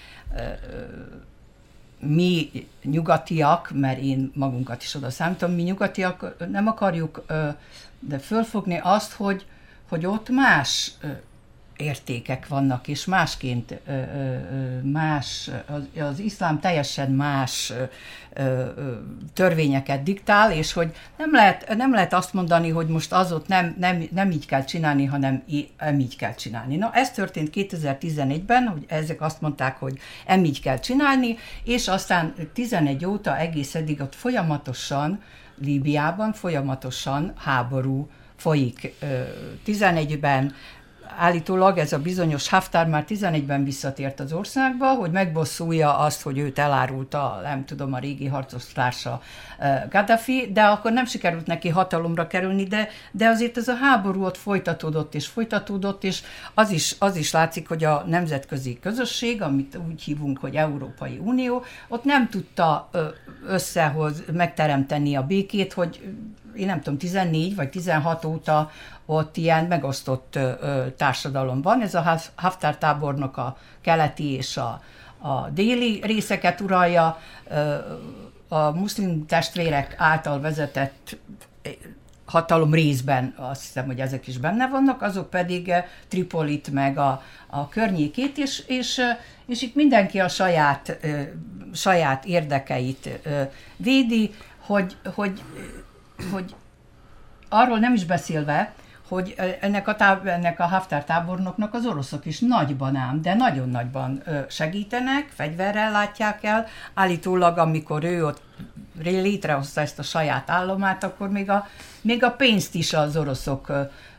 mi nyugatiak, mert én magunkat is oda számítom, mi nyugatiak nem akarjuk de fölfogni azt, hogy, hogy ott más értékek vannak, és másként más, az, az iszlám teljesen más törvényeket diktál, és hogy nem lehet, nem lehet azt mondani, hogy most az ott nem, nem, nem így kell csinálni, hanem nem így kell csinálni. Na, ez történt kétezer-tizenegyben, hogy ezek azt mondták, hogy nem így kell csinálni, és aztán tizenegy óta egész eddig ott folyamatosan, Líbiában folyamatosan háború folyik. tizenegyben állítólag ez a bizonyos Haftar már tizenegyben visszatért az országba, hogy megbosszulja azt, hogy őt elárulta, nem tudom, a régi harcostársa Gaddafi, de akkor nem sikerült neki hatalomra kerülni, de, de azért ez a háború ott folytatódott és folytatódott, és az is, az is látszik, hogy a nemzetközi közösség, amit úgy hívunk, hogy Európai Unió, ott nem tudta összehoz megteremteni a békét, hogy én nem tudom, tizennégy vagy tizenhat óta ott ilyen megosztott ö, társadalom van. Ez a Haftar tábornok a keleti és a, a déli részeket uralja, ö, a muszlim testvérek által vezetett hatalom részben, azt hiszem, hogy ezek is benne vannak, azok pedig Tripolit meg a, a környékét, és, és, és itt mindenki a saját, ö, saját érdekeit ö, védi, hogy, hogy, hogy arról nem is beszélve, hogy ennek a, táb, ennek a Haftar tábornoknak az oroszok is nagyban ám, de nagyon nagyban segítenek, fegyverrel látják el. Állítólag, amikor ő ott létrehozta ezt a saját állomát, akkor még a, még a pénzt is az oroszok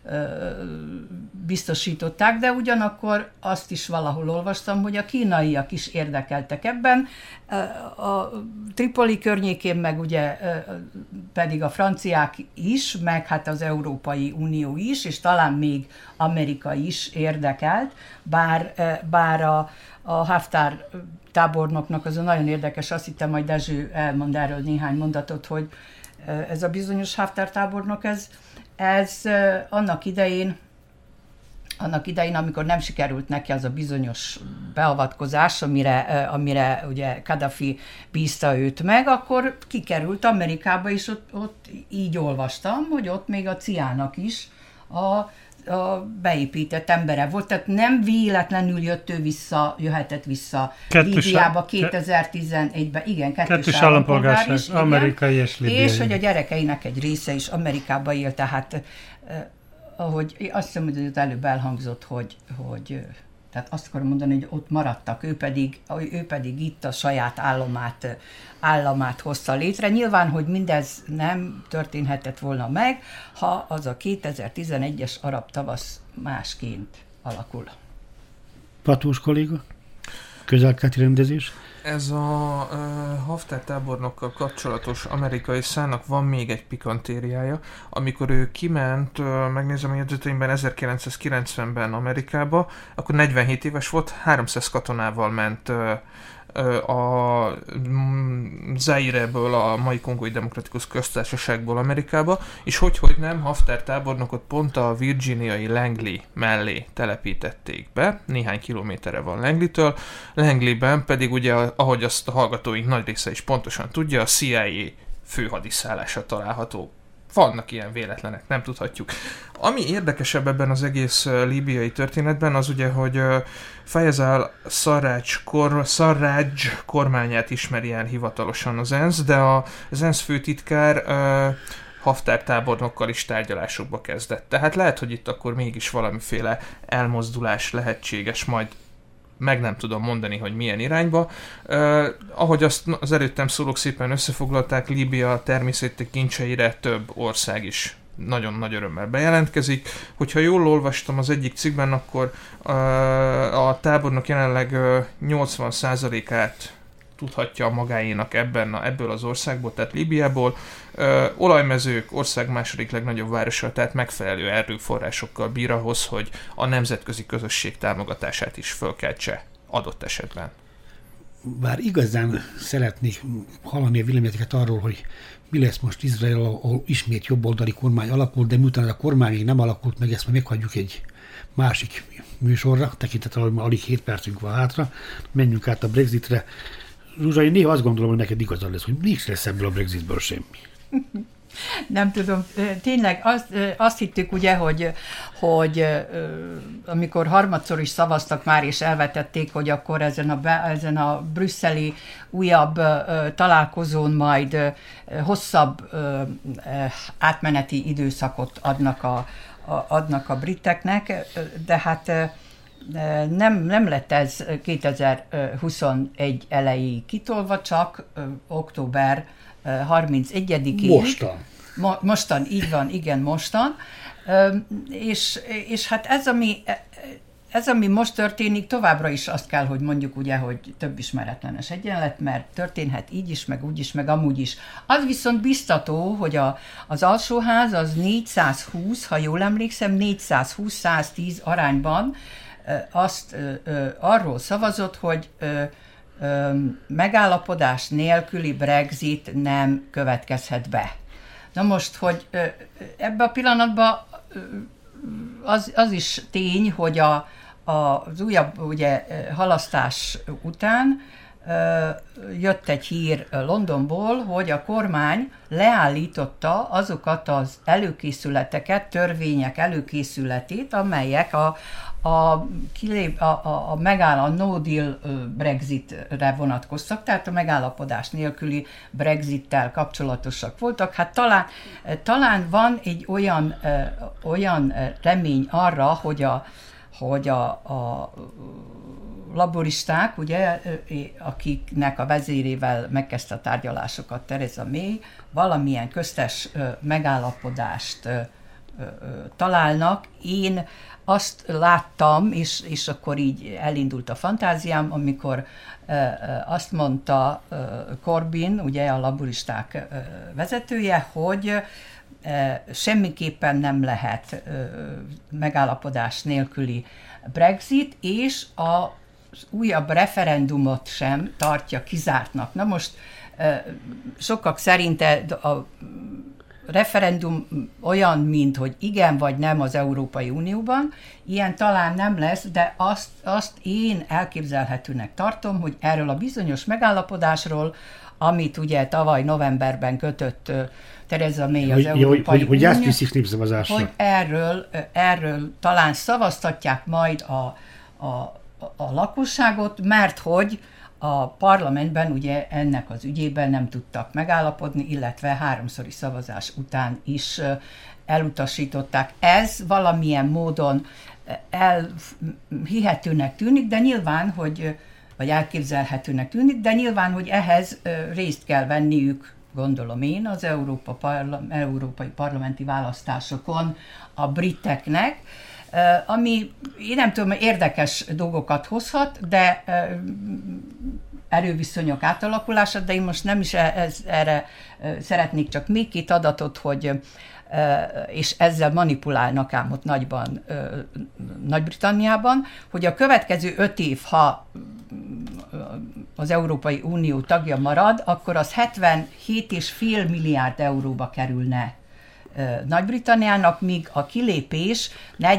biztosították, de ugyanakkor azt is valahol olvastam, hogy a kínaiak is érdekeltek ebben. A Tripoli környékén meg ugye pedig a franciák is, meg hát az Európai Unió is, és talán még Amerika is érdekelt, bár, bár a, a Haftar tábornoknak az a nagyon érdekes, azt hittem, majd Dezső elmond erről néhány mondatot, hogy ez a bizonyos Haftar tábornok, ez Ez annak idején, annak idején, amikor nem sikerült neki az a bizonyos beavatkozás, amire, amire ugye Kadhafi bízta őt meg, akkor kikerült Amerikába, és ott, ott így olvastam, hogy ott még a cé i á-nak is a, a beépített embere volt, tehát nem véletlenül jött ő vissza, jöhetett vissza Líbiába kétezer-tizenegyben, igen, kettős, kettős állampolgár is, amerikai és libiai. És hogy a gyerekeinek egy része is Amerikába él, tehát eh, ahogy azt hiszem, hogy előbb elhangzott, hogy, hogy tehát azt akarom mondani, hogy ott maradtak, ő pedig, ő pedig itt a saját állomát, államát hozta létre. Nyilván, hogy mindez nem történhetett volna meg, ha az a kétezer-tizenegyes arab tavasz másként alakul. Patós kolléga, közel-keleti rendezés. Ez a uh, Haftar tábornokkal kapcsolatos amerikai szának van még egy pikantériája. Amikor ő kiment, uh, megnézem a jegyzeteimben, ezerkilencszázkilencvenben Amerikába, akkor negyvenhét éves volt, háromszáz katonával ment uh, uh, a Zaireből, a mai Kongói Demokratikus Köztársaságból Amerikába, és hogyhogy nem, Haftar tábornokot pont a virginiai Langley mellé telepítették be, néhány kilométerre van Langleytől. Langleyben pedig ugye, ahogy azt a hallgatóink nagy része is pontosan tudja, a cé i á főhadiszállása található. Vannak ilyen véletlenek, nem tudhatjuk. Ami érdekesebb ebben az egész uh, líbiai történetben, az ugye, hogy uh, Fayez al-Sarraj kor, kormányát ismeri el hivatalosan az ENSZ, de a, az ENSZ főtitkár uh, Haftar tábornokkal is tárgyalásokba kezdett. Tehát lehet, hogy itt akkor mégis valamiféle elmozdulás lehetséges, majd meg nem tudom mondani, hogy milyen irányba. Uh, ahogy azt az előttem szólók szépen összefoglalták, Líbia természeti kincseire több ország is nagyon nagy örömmel bejelentkezik. Hogyha jól olvastam az egyik cikkben, akkor uh, a tábornok jelenleg uh, nyolcvan százalékát tudhatja magáénak ebben a, ebből az országból, tehát Líbiából. Ö, olajmezők, ország második legnagyobb városa, tehát megfelelő erőforrásokkal bír ahhoz, hogy a nemzetközi közösség támogatását is fölkeltse adott esetben. Bár igazán szeretnék hallani a véleményeket arról, hogy mi lesz most Izrael, ahol ismét jobboldali kormány alakul, de miután a kormány még nem alakult meg, ezt már meghagyjuk egy másik műsorra, tekintettel, hogy alig hét percünk van hátra, menjünk át a Brexitre. Zsuzsa, én néha azt gondolom, hogy neked igazad lesz, hogy nincs lesz ebből a Brexitből semmi. Nem tudom, tényleg azt, azt hittük ugye, hogy, hogy amikor harmadszor is szavaztak már, és elvetették, hogy akkor ezen a, ezen a brüsszeli újabb találkozón majd hosszabb átmeneti időszakot adnak a, adnak a briteknek, de hát Nem, nem lett ez kétezer-huszonegy elejéig kitolva, csak ö, október harmincegyedikén. Mostan. Mo, mostan, így van, igen, mostan. És, és hát ez ami, ez, ami most történik, továbbra is azt kell, hogy mondjuk ugye, hogy több ismeretlenes egyenlet, mert történhet így is, meg úgy is, meg amúgy is. Az viszont biztató, hogy a, az alsóház az négyszázhúsz, ha jól emlékszem, négyszázhúsz száztíz arányban azt arról szavazott, hogy megállapodás nélküli Brexit nem következhet be. Na most, hogy ebben a pillanatban az, az is tény, hogy a, a, az újabb ugye, halasztás után jött egy hír Londonból, hogy a kormány leállította azokat az előkészületeket, törvények előkészületét, amelyek a, a, kilép, a, a, a megáll, a no deal Brexitre vonatkoztak, tehát a megállapodás nélküli Brexittel kapcsolatosak voltak. Hát talán, talán van egy olyan, olyan remény arra, hogy a, hogy a, a laboristák, ugye, akiknek a vezérével megkezdte a tárgyalásokat Theresa May, valamilyen köztes megállapodást találnak. Én azt láttam, és, és akkor így elindult a fantáziám, amikor azt mondta Corbyn, ugye a laboristák vezetője, hogy semmiképpen nem lehet megállapodás nélküli Brexit, és a az újabb referendumot sem tartja kizártnak. Na most sokak szerint a referendum olyan, mint hogy igen vagy nem az Európai Unióban, ilyen talán nem lesz, de azt, azt én elképzelhetőnek tartom, hogy erről a bizonyos megállapodásról, amit ugye tavaly novemberben kötött Theresa May az hogy, Európai hogy, hogy, Unió, hogy ezt népszavazásra. hogy erről, erről talán szavaztatják majd a, a a lakosságot, mert hogy a parlamentben ugye ennek az ügyében nem tudtak megállapodni, illetve háromszori szavazás után is elutasították. Ez valamilyen módon elhihetőnek tűnik, de nyilván, hogy, vagy elképzelhetőnek tűnik, de nyilván, hogy ehhez részt kell venniük, gondolom én, az Európa Parla- európai parlamenti választásokon a briteknek, ami, én nem tudom, érdekes dolgokat hozhat, de erőviszonyok átalakulása, de én most nem is ez, erre szeretnék csak még két adatot, hogy, és ezzel manipulálnak ám ott nagyban, Nagy-Britanniában, hogy a következő öt év, ha az Európai Unió tagja marad, akkor az hetvenhét egész öt milliárd euróba kerülne Nagy-Britanniának, míg a kilépés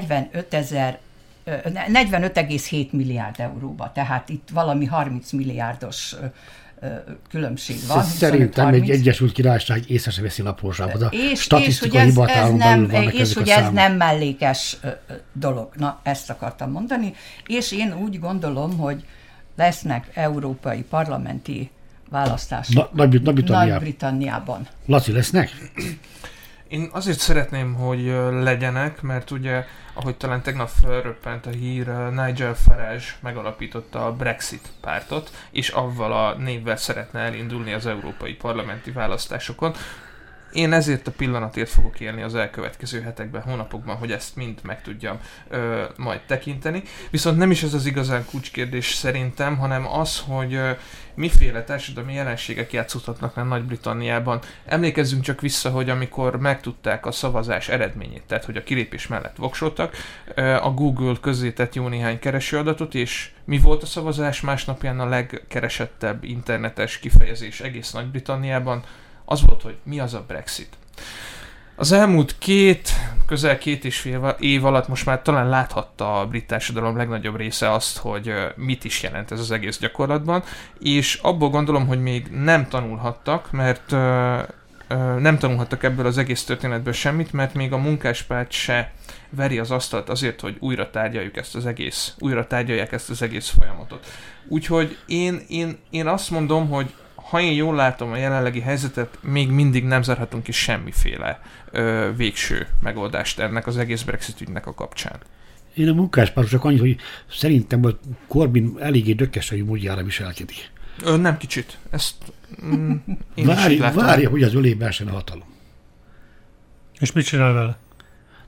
negyvenöt egész hét milliárd euróba. Tehát itt valami harminc milliárdos különbség van. Szerintem egy Egyesült Királyság észre se veszi naplósába. És, statisztikai hivatalon belül vannak és hogy ez nem mellékes dolog. Na, ezt akartam mondani. És én úgy gondolom, hogy lesznek európai parlamenti választások Na, Nagy-Britanniában. Nagy-Britanniában. Laci, lesznek? Én azért szeretném, hogy legyenek, mert ugye, ahogy talán tegnap felröppent a hír, Nigel Farage megalapította a Brexit pártot, és avval a névvel szeretne elindulni az európai parlamenti választásokon. Én ezért a pillanatért fogok élni az elkövetkező hetekben, hónapokban, hogy ezt mind meg tudjam ö, majd tekinteni. Viszont nem is ez az igazán kulcskérdés szerintem, hanem az, hogy ö, miféle társadalmi jelenségek játszódhatnak le Nagy-Britanniában. Emlékezzünk csak vissza, hogy amikor megtudták a szavazás eredményét, tehát hogy a kilépés mellett voksoltak, ö, a Google közzétett jó néhány keresőadatot, és mi volt a szavazás másnapján a legkeresettebb internetes kifejezés egész Nagy-Britanniában? Az volt, hogy mi az a Brexit. Az elmúlt két, közel két és fél év alatt most már talán láthatta a brit társadalom legnagyobb része azt, hogy mit is jelent ez az egész gyakorlatban, és abból gondolom, hogy még nem tanulhattak, mert ö, ö, nem tanulhattak ebből az egész történetből semmit, mert még a munkáspárt se veri az asztalt azért, hogy újra tárgyaljuk ezt az egész, újra tárgyalják ezt az egész folyamatot. Úgyhogy én, én, én azt mondom, hogy ha én jól látom a jelenlegi helyzetet, még mindig nem zárhatunk ki semmiféle ö, végső megoldást ennek az egész Brexit ügynek a kapcsán. Én a munkáspárt csak annyi, hogy szerintem a Corbyn eléggé dökkesei módjára viselkedik. Ö, nem kicsit. Ezt mm, én Várj, is látom. Várja, hogy az ölébe essen a hatalom. És mit csinál vele?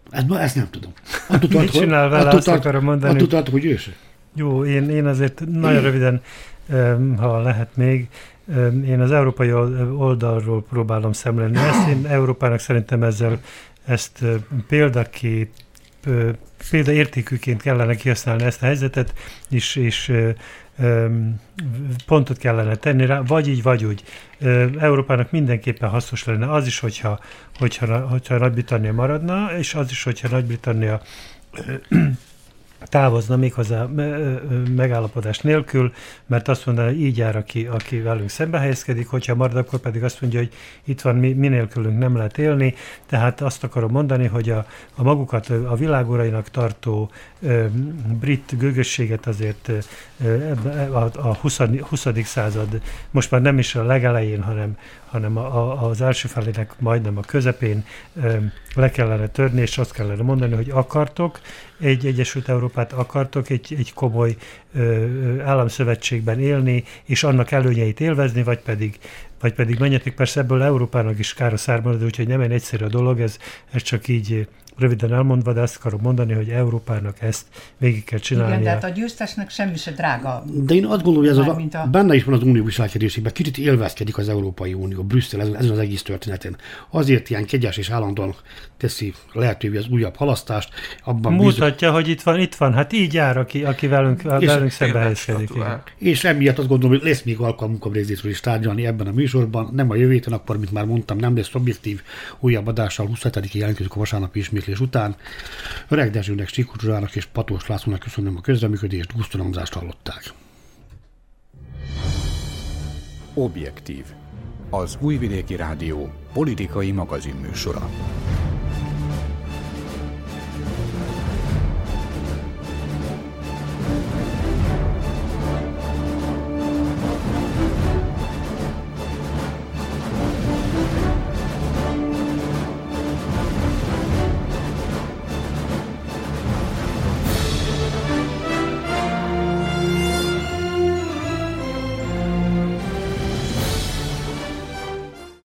Ezt, ezt nem tudom. Attól Mit tartok, csinál vele, attól azt tart, akarom mondani. attól tartok, hogy ő se. Jó, én, én azért nagyon röviden, ha lehet még, én az európai oldalról próbálom szemlélni ezt. Én Európának szerintem ezzel ezt példakép, példaértékűként kellene kihasználni ezt a helyzetet, és, és pontot kellene tenni rá, vagy így, vagy úgy. Európának mindenképpen hasznos lenne az is, hogyha, hogyha, hogyha Nagy-Britannia maradna, és az is, hogyha Nagy-Britannia távozna méghozzá megállapodás nélkül, mert azt mondaná, hogy így jár, aki, aki velünk szembe helyezkedik, hogyha marad, akkor pedig azt mondja, hogy itt van, mi, mi nélkülünk nem lehet élni. Tehát azt akarom mondani, hogy a, a magukat a világurainak tartó ö, brit gőgösséget azért ö, a, a huszadik század, most már nem is a legelején, hanem, hanem a, a, az első felének majdnem a közepén ö, le kellene törni, és azt kellene mondani, hogy akartok egy Egyesült Európát, akartok egy, egy komoly ö, államszövetségben élni, és annak előnyeit élvezni, vagy pedig, vagy pedig menjetek. Persze ebből Európának is kára származna, úgyhogy nem egy egyszerű a dolog, ez, ez csak így röviden elmondva, de azt akarom mondani, hogy Európának ezt végig kell csinálnia. Igen, de hát a győztesnek semmi se drága. De én azt gondolom, hogy ez az, a... benne is van az unió viselkedésében, kicsit élvezkedik az Európai Unió, Brüsszel ezen, ezen az egész történeten. Azért ilyen kegyes és állandóan teszi lehetővé az újabb halasztást. Abban mutatja, bízok, hogy itt van, itt van, hát így jár, aki, aki velünk, velünk szembe helyezkedik. És emiatt azt gondolom, hogy lesz még alkalmunk a Brexitről is tárgyalni ebben a műsorban. Nem a jövő héten, akkor, mint már mondtam, nem lesz objektív újabb adással, huszonhetedikén jelentkezünk a vasárnapi ismétlés után. Öreg Dezsőnek, Sikur Zsulának és Patós Lászlónak köszönöm a közreműködést, gusztunomzást hallották. Objektív. Az Újvidéki Rádió politikai magazinműsora.